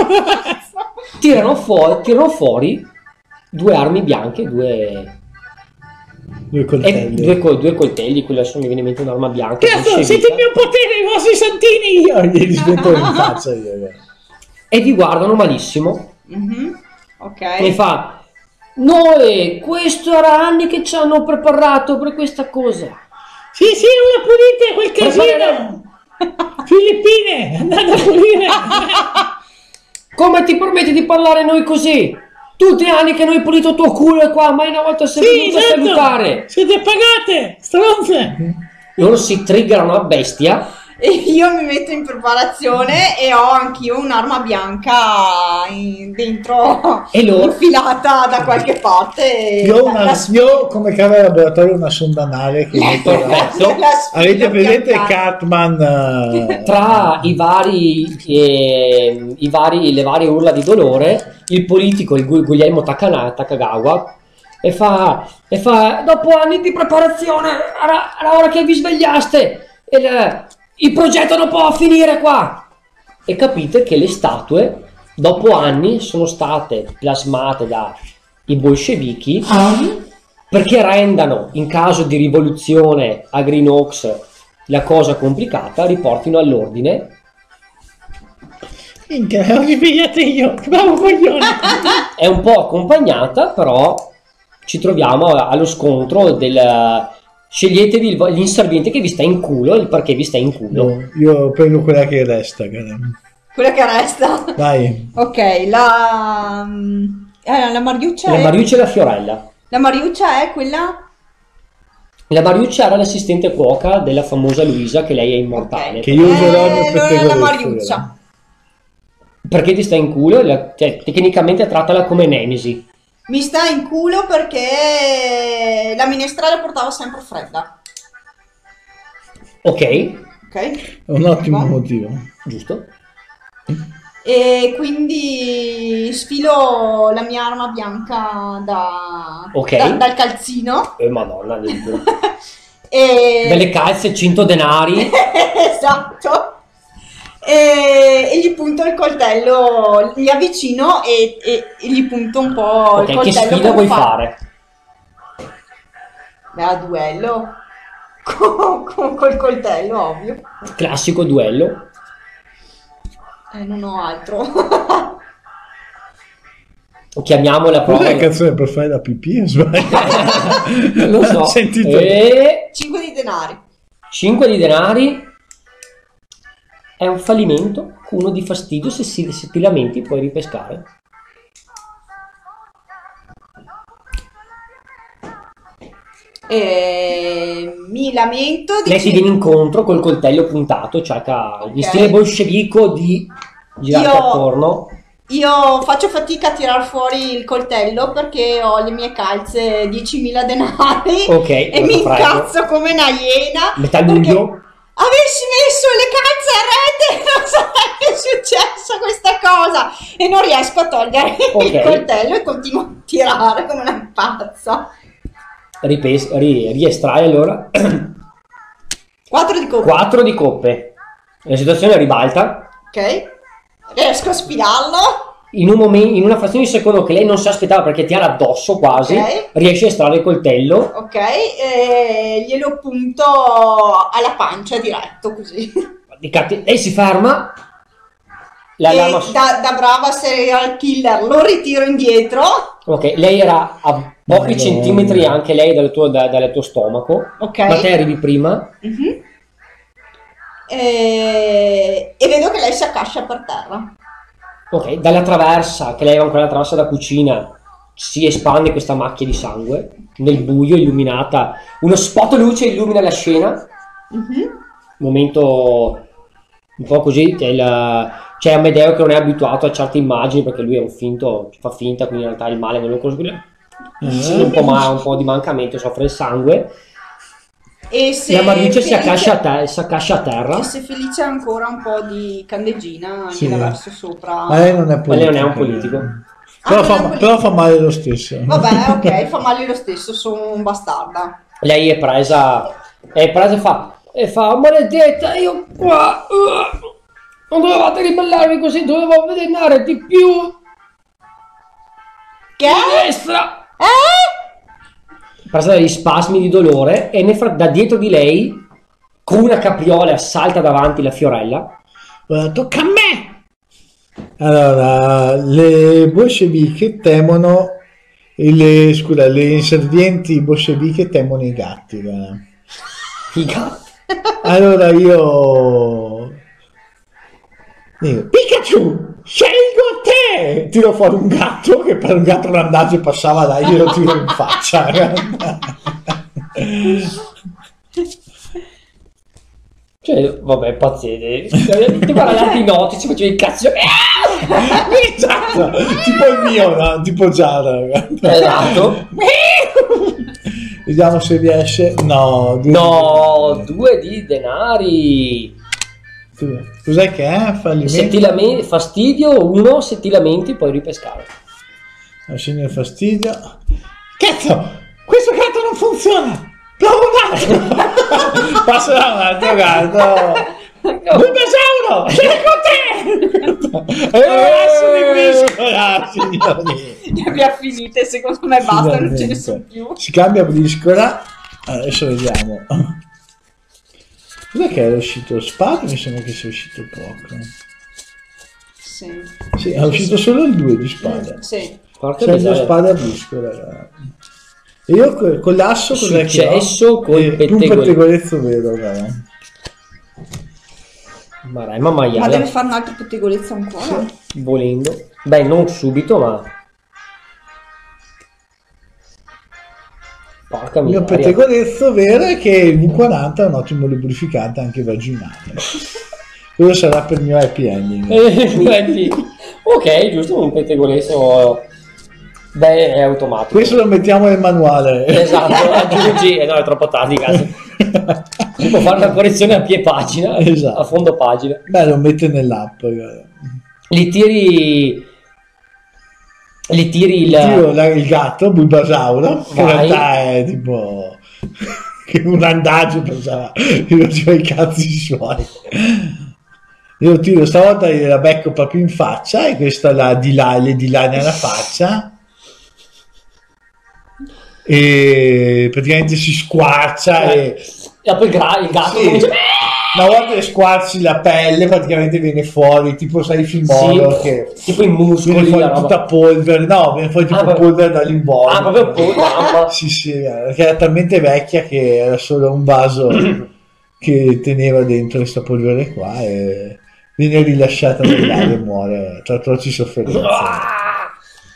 Tirano fuori, tirano fuori due armi bianche, due, Due e coltelli. due, col- due coltelli, quello adesso mi viene in mente un'arma bianca. Cazzo, bolscevica. siete il mio potere, i vostri santini! Io gli smetto in faccia io. E vi guardano malissimo. Mhm. Ok. E fa: noi, questo era anni che ci hanno preparato per questa cosa. Sì, sì, una pulite quel Prepareremo. casino! Filippine, andate a pulire! Come ti permetti di parlare noi così? Tutti gli anni che noi hai pulito il tuo culo qua, mai una volta sei Sì, venuto a esatto! salutare. Siete pagate, stronze! Loro si triggerano a bestia. E io mi metto in preparazione e ho anch'io un'arma bianca in- dentro, E loro? infilata da qualche parte. Io, ho La- una, la- io ho come camera di laboratorio una sonda anale che metto là. Perfetto. la sfilo Avete presente pian piano. Cartman? eh, Tra i vari, eh, i vari, le varie urla di dolore, il politico, il Gu- Guglielmo Takana- Takagawa, e fa, e fa: dopo anni di preparazione, era, era ora che vi svegliaste. E il, il progetto non può finire qua. E capite che le statue, dopo anni, sono state plasmate dai bolscevichi perché rendano, in caso di rivoluzione a Green Oaks, la cosa complicata, riportino all'ordine. Minchia, ho ripigliato io, bravo coglione! È un po' accompagnata, però ci troviamo allo scontro del sceglietevi il vo- l'inserviente che vi sta in culo, il perché vi sta in culo. no, io prendo quella che resta. cara. Quella che resta. Dai, Ok, la... eh, la Mariuccia La è... Mariuccia e la Fiorella. La Mariuccia è quella... La Mariuccia era l'assistente cuoca della famosa Luisa, che lei è immortale. che io userò il mio Eh, non è la pettegolezzo. Mariuccia. Perché ti sta in culo? La- cioè, tecnicamente trattala come nemesi. Mi sta in culo perché la minestra la portava sempre fredda. Ok, Ok? È un ottimo Va. motivo. giusto. E quindi sfilo la mia arma bianca da, Ok. da- dal calzino. Eh, madonna, addirittura. E... Delle calze, cento denari. esatto. E, e gli punto il coltello, gli avvicino e, e- e gli punto un po' Ok, il che coltello. sfida per vuoi fa- fare? Beh, a duello. Con, con- col coltello, ovvio. Classico duello. Eh, non ho altro. Chiamiamo la prova. Cos'è la canzone per fare la pipì? o sbaglio? Non lo so. Ho sentito. E cinque di denari. cinque di denari è un fallimento, uno di fastidio. Se, si, se ti lamenti puoi ripescare. E mi lamento. Lei ti dice- viene incontro col coltello puntato, cerca in Ok. stile bolscevico di girarti Io- attorno. Io faccio fatica a tirar fuori il coltello perché ho le mie calze diecimila denari. Ok, E cosa mi fai? incazzo come una iena. Metà perché luglio. Avessi messo le calze a rete non sarebbe successa questa cosa. E non riesco a togliere Ok. il coltello e continuo a tirare come una pazza. Ripes- ri- riestrai allora quattro di coppia. quattro di coppe. La situazione ribalta. Ok. Riesco a sfidarlo. In, un momen- in una frazione di secondo che lei non si aspettava perché ti ha addosso quasi, Ok. riesce a estrarre il coltello. Ok. E glielo punto alla pancia diretto così. Di catti- lei si ferma. La E lama- da, da brava serial killer lo ritiro indietro. Ok, lei era a pochi Madonna. centimetri anche lei dal tuo, da- dal tuo stomaco. Ok. Ma te arrivi prima. Mhm. E... e vedo che lei si accascia per terra. Ok, dalla traversa, che lei aveva ancora la traversa da cucina, si espande questa macchia di sangue. Nel buio, illuminata. Uno spot luce illumina la scena. Mhm. Momento un po' così. C'è, il- c'è Amedeo che non è abituato a certe immagini perché lui è un finto, fa finta, quindi in realtà il male non lo conosce. Un po', ma, un po' di mancamento, soffre il sangue. E se La Mariuccia si Felice- accascia a, te- si accascia a terra. E se Felice ha ancora un po' di candeggina, Sì. gliela verso sopra. Ma lei non è politico. Ma lei non è un politico. Però, Ah, fa, non è però fa male lo stesso. Vabbè, ok, fa male lo stesso, sono un bastarda. Lei è presa E il padre fa, e fa, maledetta, io qua, uh, non dovevate ribellarvi così, dovevo avvelenare di più. Che? A destra. Eh? Presa dagli spasmi di dolore e nel frat- da dietro di lei, con una capriola, salta davanti la Fiorella. Ora tocca a me. Allora, le bolsceviche temono, le, scusa, le inservienti bolsceviche temono i gatti. Guarda. I gatti. Allora io dico, Pikachu, scelgo te! Tiro fuori un gatto che per un gatto randagio passava là, glielo tiro in faccia. Cioè, vabbè, pazzesco. Ti guardati i noti, ci facevi il cazzo. Esatto, tipo il mio, no? Tipo Giada. Esatto. Vediamo se riesce. No, due No, due di denari. di- Cos'è che è? Fallimento? Se ti lamenti, fastidio, uno, se ti lamenti puoi ripescare. Assegno il fastidio. Cazzo, questo gatto non funziona. Provo un altro. Passerà un altro gatto. Bulbasauro, scelgo te. E adesso di briscola, signori. Ne abbiamo finite, secondo me basta, non ce ne sono più. Si cambia briscola. Adesso vediamo. Cos'è che è uscito? Spade? Mi sembra che sia uscito poco. Sì. Sì, è uscito solo il due di spade. Sì. Porca C'è due miseria. spade a briscola. E io co- con l'asso cos'è che ho? Successo col Eh, tu un pettegolezzo. pettegolezzo vero, guarda. Ma dai, ma Ma maiale, deve fare un altro pettegolezzo ancora? volendo. Beh, non subito, ma... Porca Il mio miseria. pettegolezzo vero è che il V quaranta è un ottimo lubrificante anche vaginale. Quello sarà per il mio happy ending. Eh, quindi- ok, giusto, un pettegolezzo... Beh, è automatico. Questo lo mettiamo nel manuale. Esatto, aggiungi... Eh, no, è troppo tardi, cazzo. Si può fare una correzione a pie pagina, Esatto. a fondo pagina. Beh, lo mette nell'app. Guarda. Li tiri... Li tiri il... Tiro la- il gatto, Bulbasauro, che in Vai. realtà è tipo che un randagio pensava che faceva i cazzi suoi. Io tiro stavolta la becco proprio in faccia e questa la di là, le di là nella faccia e praticamente si squarcia e E poi il, gra- il gatto sì. comincia... Una volta che squarci la pelle praticamente viene fuori tipo sai il filmolo Sì, che tipo i viene muscoli, fuori la roba. tutta polvere, no, viene fuori tipo Ah, proprio- polvere dall'involucro. Ah, proprio po- mamma. Sì, sì, eh, che era talmente vecchia che era solo un vaso che teneva dentro questa polvere qua e viene rilasciata nell'aria e muore tra atroci sofferenze. Ah!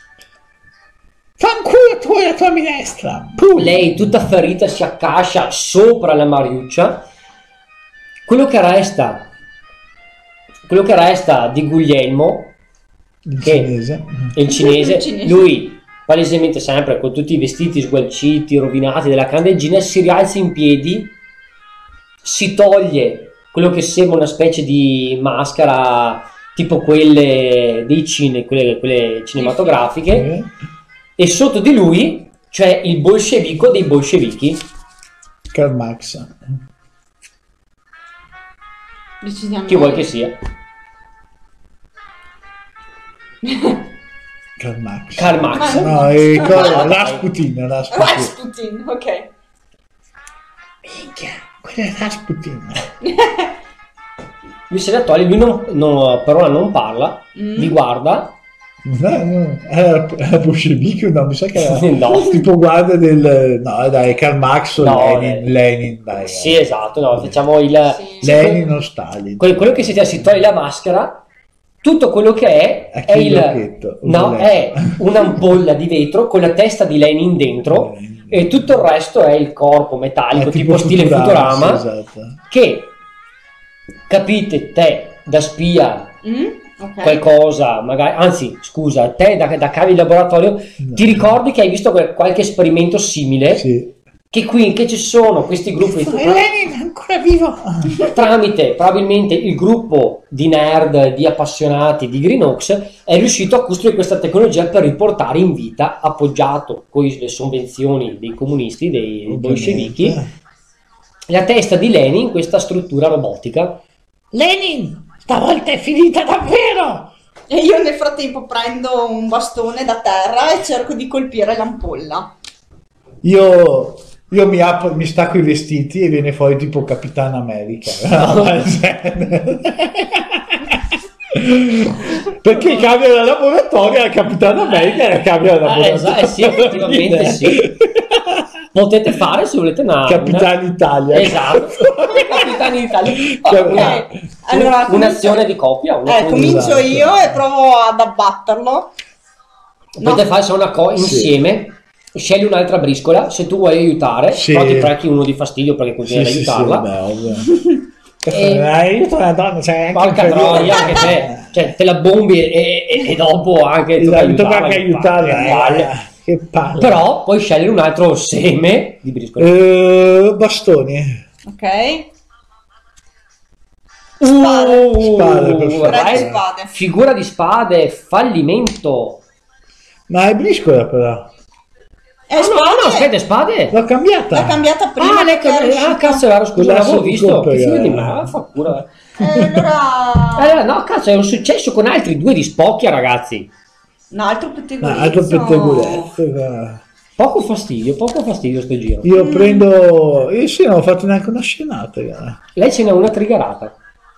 Fanculo tu e la tua minestra! Pum! Lei tutta ferita si accascia sopra la Mariuccia. Quello che resta, quello che resta di Guglielmo, Il che- cinese. il cinese, Il cinese. lui palesemente sempre con tutti i vestiti sgualciti, rovinati della candeggina, si rialza in piedi, si toglie quello che sembra una specie di maschera tipo quelle dei cine, quelle, quelle cinematografiche, Eh, e sotto di lui c'è il bolscevico dei bolscevichi. Karl Marx. Decidiamo. Chi vuoi che sia? Karl Marx. Karl Marx. Ma- No, e cosa? Rasputin, Rasputin. Rasputin, ok. Minchia, quello è Rasputin. Lui se la toglie, lui non, non- per ora non parla, Mm. vi guarda. No, no, era, era bolscevico, no, mi sa che era No. tipo guarda del... No, dai, Karl Marx o No, Lenin, eh. Lenin, dai. Sì, esatto, no, facciamo il... Sì. Lenin o Stalin. que- quello che si, si toglie la maschera, tutto quello che è A è chi il... l'occhetto, un No, boletto. è un'ampolla di vetro con la testa di Lenin dentro e tutto il resto è il corpo metallico, È tipo, stile Futurama, sì, esatto. che, capite, te da spia Mm? Ok. qualcosa, magari, anzi, scusa, te da, da cavi di laboratorio, No. ti ricordi che hai visto quel- qualche esperimento simile? Sì. Che qui che ci sono questi gruppi E Lenin è ancora vivo. tramite probabilmente il gruppo di nerd, di appassionati di Green Oaks è riuscito a costruire questa tecnologia per riportare in vita, appoggiato con le sovvenzioni dei comunisti, dei bolscevichi, la testa di Lenin in questa struttura robotica. Lenin, stavolta è finita davvero! E io nel frattempo prendo un bastone da terra e cerco di colpire l'ampolla. Io, io mi, apro, mi stacco i vestiti e viene fuori tipo Capitan America. Perché cambia da laboratorio a Capitan America e cambia da Ah, laboratorio. esatto, eh sì, effettivamente sì. Potete fare se volete una Capitan una- Italia. Esatto. Capitan Italia. Cioè, Una- Ok, allora un'azione di coppia. Eh, un'azione di- comincio Esatto. io e provo ad abbatterlo. Potete fare solo una cosa Sì. insieme. Scegli un'altra briscola se tu vuoi aiutare, Sì. però ti prechi uno di fastidio perché Sì, continui sì, ad sì, aiutarla. vabbè, ovvio. E- Aiuto una donna, cioè anche Porca un troia, anche te, cioè te la bombi e, e- e dopo anche tu Esatto, aiutarla, anche che aiutare. palle, che palle. eh, Che palle. Però puoi scegliere un altro seme di briscola. Eh, bastoni. Ok. Uh, Spade, perfetto. Tre di vai. spade. Figura di spade, fallimento. Ma è briscola però. E Ah, no, spade no, aspetta, spade. L'ho cambiata. l'ha cambiata prima. Ah, lei perché era cam- ah, uscita. cazzo, era scusa, non Quella l'avevo sul visto. colpo, Che figlio eh. di me, fa cura. E allora Eh, no, cazzo, è un successo con altri due di spocchia, ragazzi. un altro Ma pettegolezzo. altro pettegolezzo. guarda. Poco fastidio, poco fastidio sto giro. Io prendo. Io sì, non ho fatto neanche una scenata. guarda. Lei ce n'è una triggerata.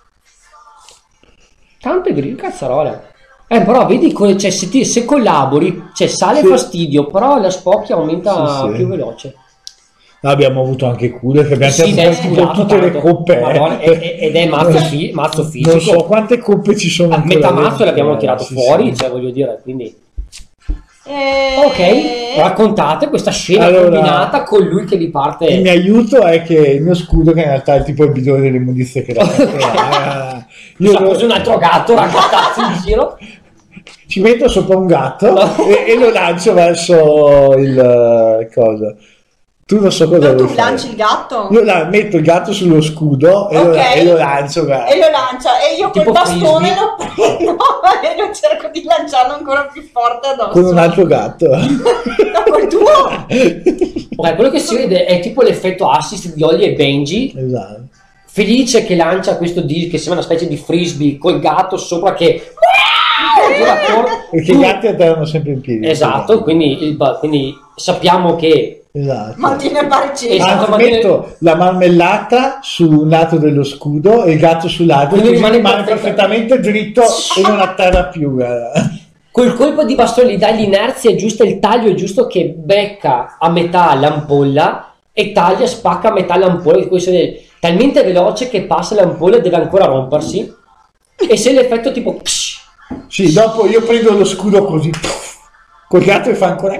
Tante gri- cazzarola. Eh, però vedi, co- cioè, se, ti- se collabori, cioè, sale Sì. fastidio, però la spocchia aumenta Sì, sì. più veloce. Abbiamo avuto anche culo che abbiamo Sì, tirato dai, scusato, tutte le tanto. coppe. eh. Madonna, e- e- ed è mazzo, fi- mazzo fisico. Non so quante coppe ci sono. A ancora metà dentro, mazzo l'abbiamo eh, tirato sì, fuori, sì. cioè voglio dire, quindi... E... Ok, raccontate questa scena Allora, combinata con lui che vi parte... Il mio aiuto è che il mio scudo, che in realtà è tipo il bidone delle munizie che era. Io Io lo- un altro gatto raccattato in giro. ci metto sopra un gatto No. e, e lo lancio verso il eh, cosa. Tu non so cosa No, vuoi tu fare. lanci il gatto Io la- metto il gatto sullo scudo e, lo, Ok. e lo lancio. guarda. e lo lancia e io Tipo col bastone frisbee. lo prendo e lo cerco di lanciarlo ancora più forte addosso. Con un altro gatto. No, col tuo. Ok, quello che si vede è tipo l'effetto assist di Holly e Benji, Esatto. felice che lancia questo disco che sembra una specie di frisbee col gatto sopra che... gira attorno. Perché Tu- i gatti atterrano sempre in piedi. Esatto, quindi, il ba- quindi sappiamo che... Esatto. Mantiene il bar acceso. Esatto. Anzi, mantiene- metto la marmellata su un lato dello scudo e il gatto sull'altro, Quindi così rimane rimane perfetta- perfettamente dritto e non atterra più. guarda. Col colpo di bastone gli dai l'inerzia giusta, il taglio è giusto che becca a metà l'ampolla e taglia, spacca a metà l'ampolla, questo è talmente veloce che passa l'ampolla e deve ancora rompersi. E se l'effetto tipo... Sì, dopo io prendo lo scudo così, puff, col gatto e fa ancora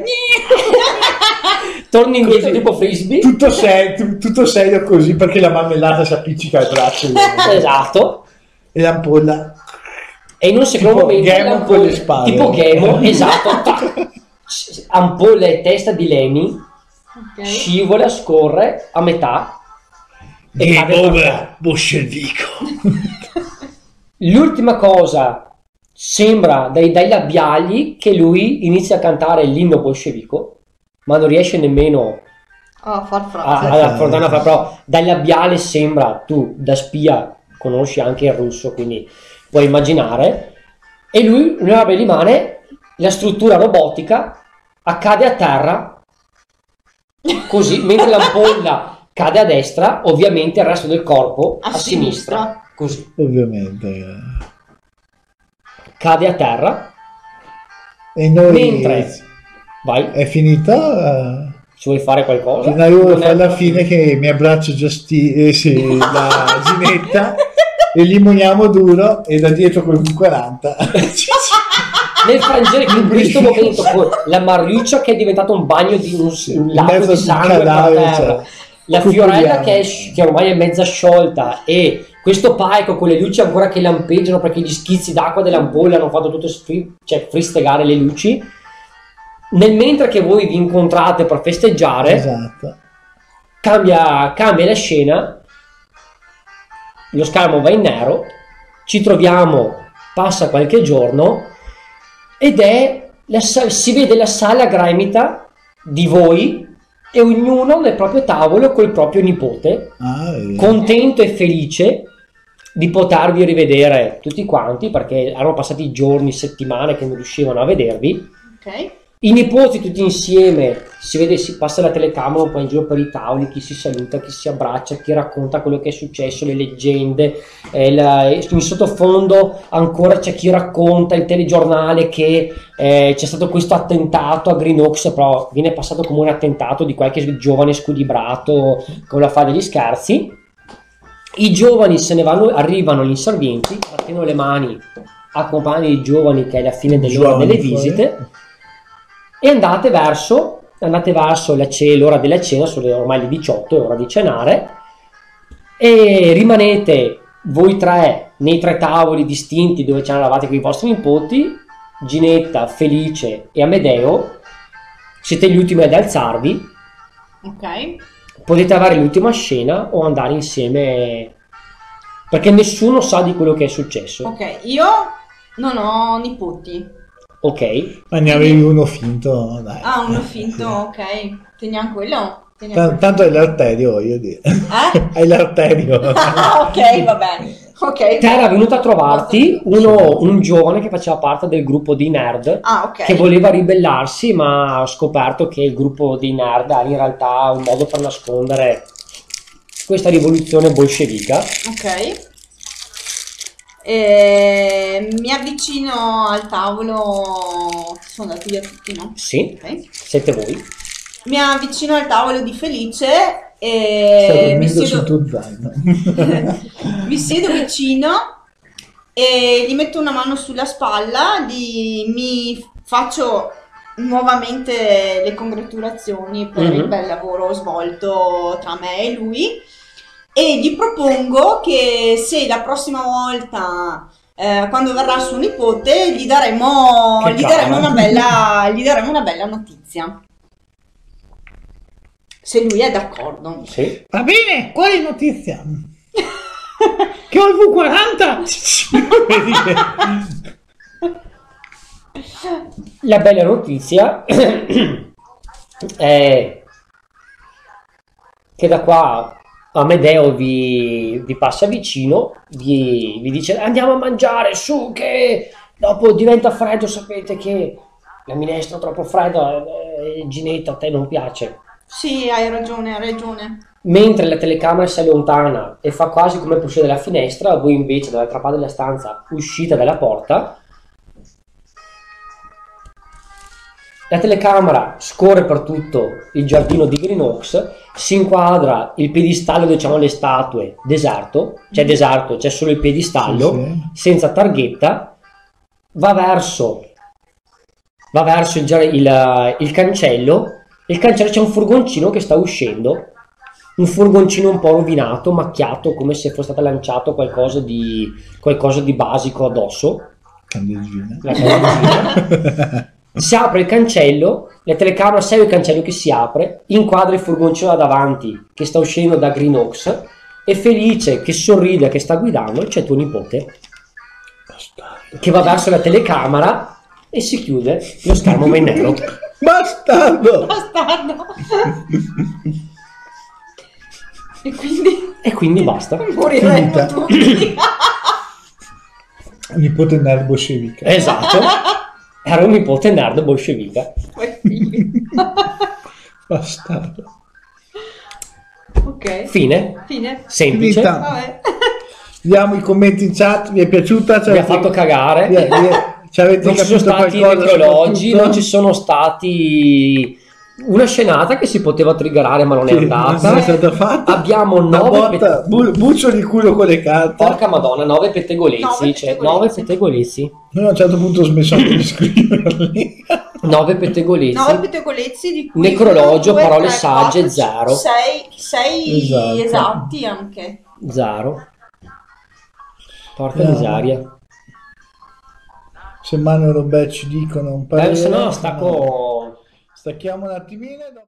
torni indietro Così. tipo frisbee. tutto, se- tu- tutto serio così perché la marmellata si appiccica al braccio Esatto. e l'ampolla. E in un secondo Tipo momento Gemo l'ampolla- con le spade. tipo Gemo, esatto, tac. S- ampolla e testa di Leni Ok. scivola, scorre a metà e cade per terra. bolscevico. L'ultima cosa sembra dai, dai labiali che lui inizia a cantare l'inno bolscevico, ma non riesce nemmeno Ah, far a- frase. ad affrontare una frase, però dal labiale sembra, tu da spia conosci anche il russo, quindi puoi immaginare, e lui nella rimane la struttura robotica accade a terra così, mentre l'ampolla cade a destra, ovviamente il resto del corpo a, A sinistra. sinistra. Così Ovviamente. cade a terra, E noi mentre vai, è finita. ci vuoi fare qualcosa? Non arrivo Non è- alla fine che mi abbraccio Giusti- eh, sì, la Ginetta e gli muniamo duro e da dietro col V quaranta. Nel frangere che in questo momento con la Marriuccia che è diventato un bagno di un, un in lago mezzo di al sangue per cadavere, terra, cioè, la coccoliamo. Fiorella che, è, sci- che ormai è mezza sciolta e questo Paico con le luci ancora che lampeggiano perché gli schizzi d'acqua dell'ampolla hanno fatto tutto sfri- cioè, fristegare le luci. Nel mentre che voi vi incontrate per festeggiare, Esatto. cambia, cambia la scena, lo schermo va in nero, ci troviamo, passa qualche giorno ed è la sa- si vede la sala gremita di voi e ognuno nel proprio tavolo col proprio nipote, Ah, vedi. contento e felice di potervi rivedere tutti quanti, perché erano passati giorni, settimane che non riuscivano a vedervi. Ok. I nipoti tutti insieme, si vede, si passa la telecamera un po' in giro per i tavoli, chi si saluta, chi si abbraccia, chi racconta quello che è successo, le leggende, eh, la- in sottofondo ancora c'è chi racconta il telegiornale che eh, c'è stato questo attentato a Green Oaks, però viene passato come un attentato di qualche giovane squilibrato con la fa degli scherzi. I giovani se ne vanno, arrivano gli inservienti, battono le mani, accompagnano i giovani che è la fine dell'ora Giovani delle fuori. visite, e andate verso, andate verso la ce- l'ora della cena, sono le- ormai le diciotto, è ora di cenare, e rimanete voi tre nei tre tavoli distinti dove ce eravate con i vostri nipoti, Ginetta, Felice e Amedeo, siete gli ultimi ad alzarvi, Ok. potete avere l'ultima scena o andare insieme, perché nessuno sa di quello che è successo, Ok, io non ho nipoti. ok? Ma ne avevi uno finto, dai. Ah, uno finto, ok. Teniamo quello. Teniamo Tan- quello. Tanto hai l'arterio, voglio dire. Eh? Hai l'arterio. Ah, ok, va bene. Ok. Te era venuto a trovarti uno, un giovane che faceva parte del gruppo di nerd Ah, ok. che voleva ribellarsi, ma ha scoperto che il gruppo di nerd era in realtà un modo per nascondere questa rivoluzione bolscevica. Ok. E mi avvicino al tavolo. Sono andati via tutti, no? Sì, Ok. siete voi. Mi avvicino al tavolo di Felice Stai e mi dormendo sul siedo, tuo zaino. mi siedo vicino e gli metto una mano sulla spalla, gli, mi faccio nuovamente le congratulazioni per Mhm. il bel lavoro svolto tra me e lui e gli propongo che se la prossima volta eh, quando verrà suo nipote gli daremo, Che gli cara. daremo una bella, gli daremo una bella notizia. Se lui è d'accordo. Sì. Va bene, quale notizia? Che ho il V quaranta? La bella notizia è che da qua Amedeo vi, vi passa vicino, vi, vi dice andiamo a mangiare, su che dopo diventa freddo, sapete che la minestra è troppo fredda, eh, Ginetta a te non piace. Sì, hai ragione, hai ragione. Mentre la telecamera si allontana e fa quasi come per uscire dalla finestra, voi invece dall'altra parte della stanza uscite dalla porta. La telecamera scorre per tutto il giardino di Green Oaks, si inquadra il piedistallo dove c'erano le statue, deserto, c'è deserto, c'è solo il piedistallo, Sì, sì. senza targhetta, va verso, va verso il, gia- il- il cancello, il cancello c'è un furgoncino che sta uscendo, un furgoncino un po' rovinato, macchiato, come se fosse stato lanciato qualcosa di, qualcosa di basico addosso. Candeggina. La candeggina. Si apre il cancello, la telecamera segue il cancello che si apre, inquadra il furgoncino da davanti che sta uscendo da Green Oaks e Felice che sorride, che sta guidando, c'è tuo nipote che va verso la telecamera e si chiude lo schermo va in nero. Bastardo! Bastardo. E quindi E quindi basta. moriremo Finita. tutti. Nipote nerd bolscevica. Esatto. Era un nipote nerd bolscevica. Poi figli. Bastardo. Ok. Fine. Fine. Semplice. Finita. Vabbè. Vediamo i commenti in chat, vi è piaciuta? Ci Mi ha avete- fatto cagare. vi è- vi è- ci avete Non ci sono capito stati qualcosa necrologi, soprattutto? non ci sono stati una scenata che si poteva triggerare ma non è Sì, non andata. è stata fatta. Abbiamo Una nove botta, pet- bu- buccio di culo con le carte. Porca madonna, nove pettegolezzi, Nove cioè pettegolezzi. nove pettegolezzi. Io a un certo punto ho smesso anche di scriverli. Nove pettegolezzi. Nove pettegolezzi di cui Necrologio, uno, due, parole tre, sagge, quattro, zero. Sei, sei Esatto. esatti anche. Zero. Porca No. miseria. Se Manu e Robè ci dicono un parere, Eh, se no stacco. stacchiamo un attimino e dopo-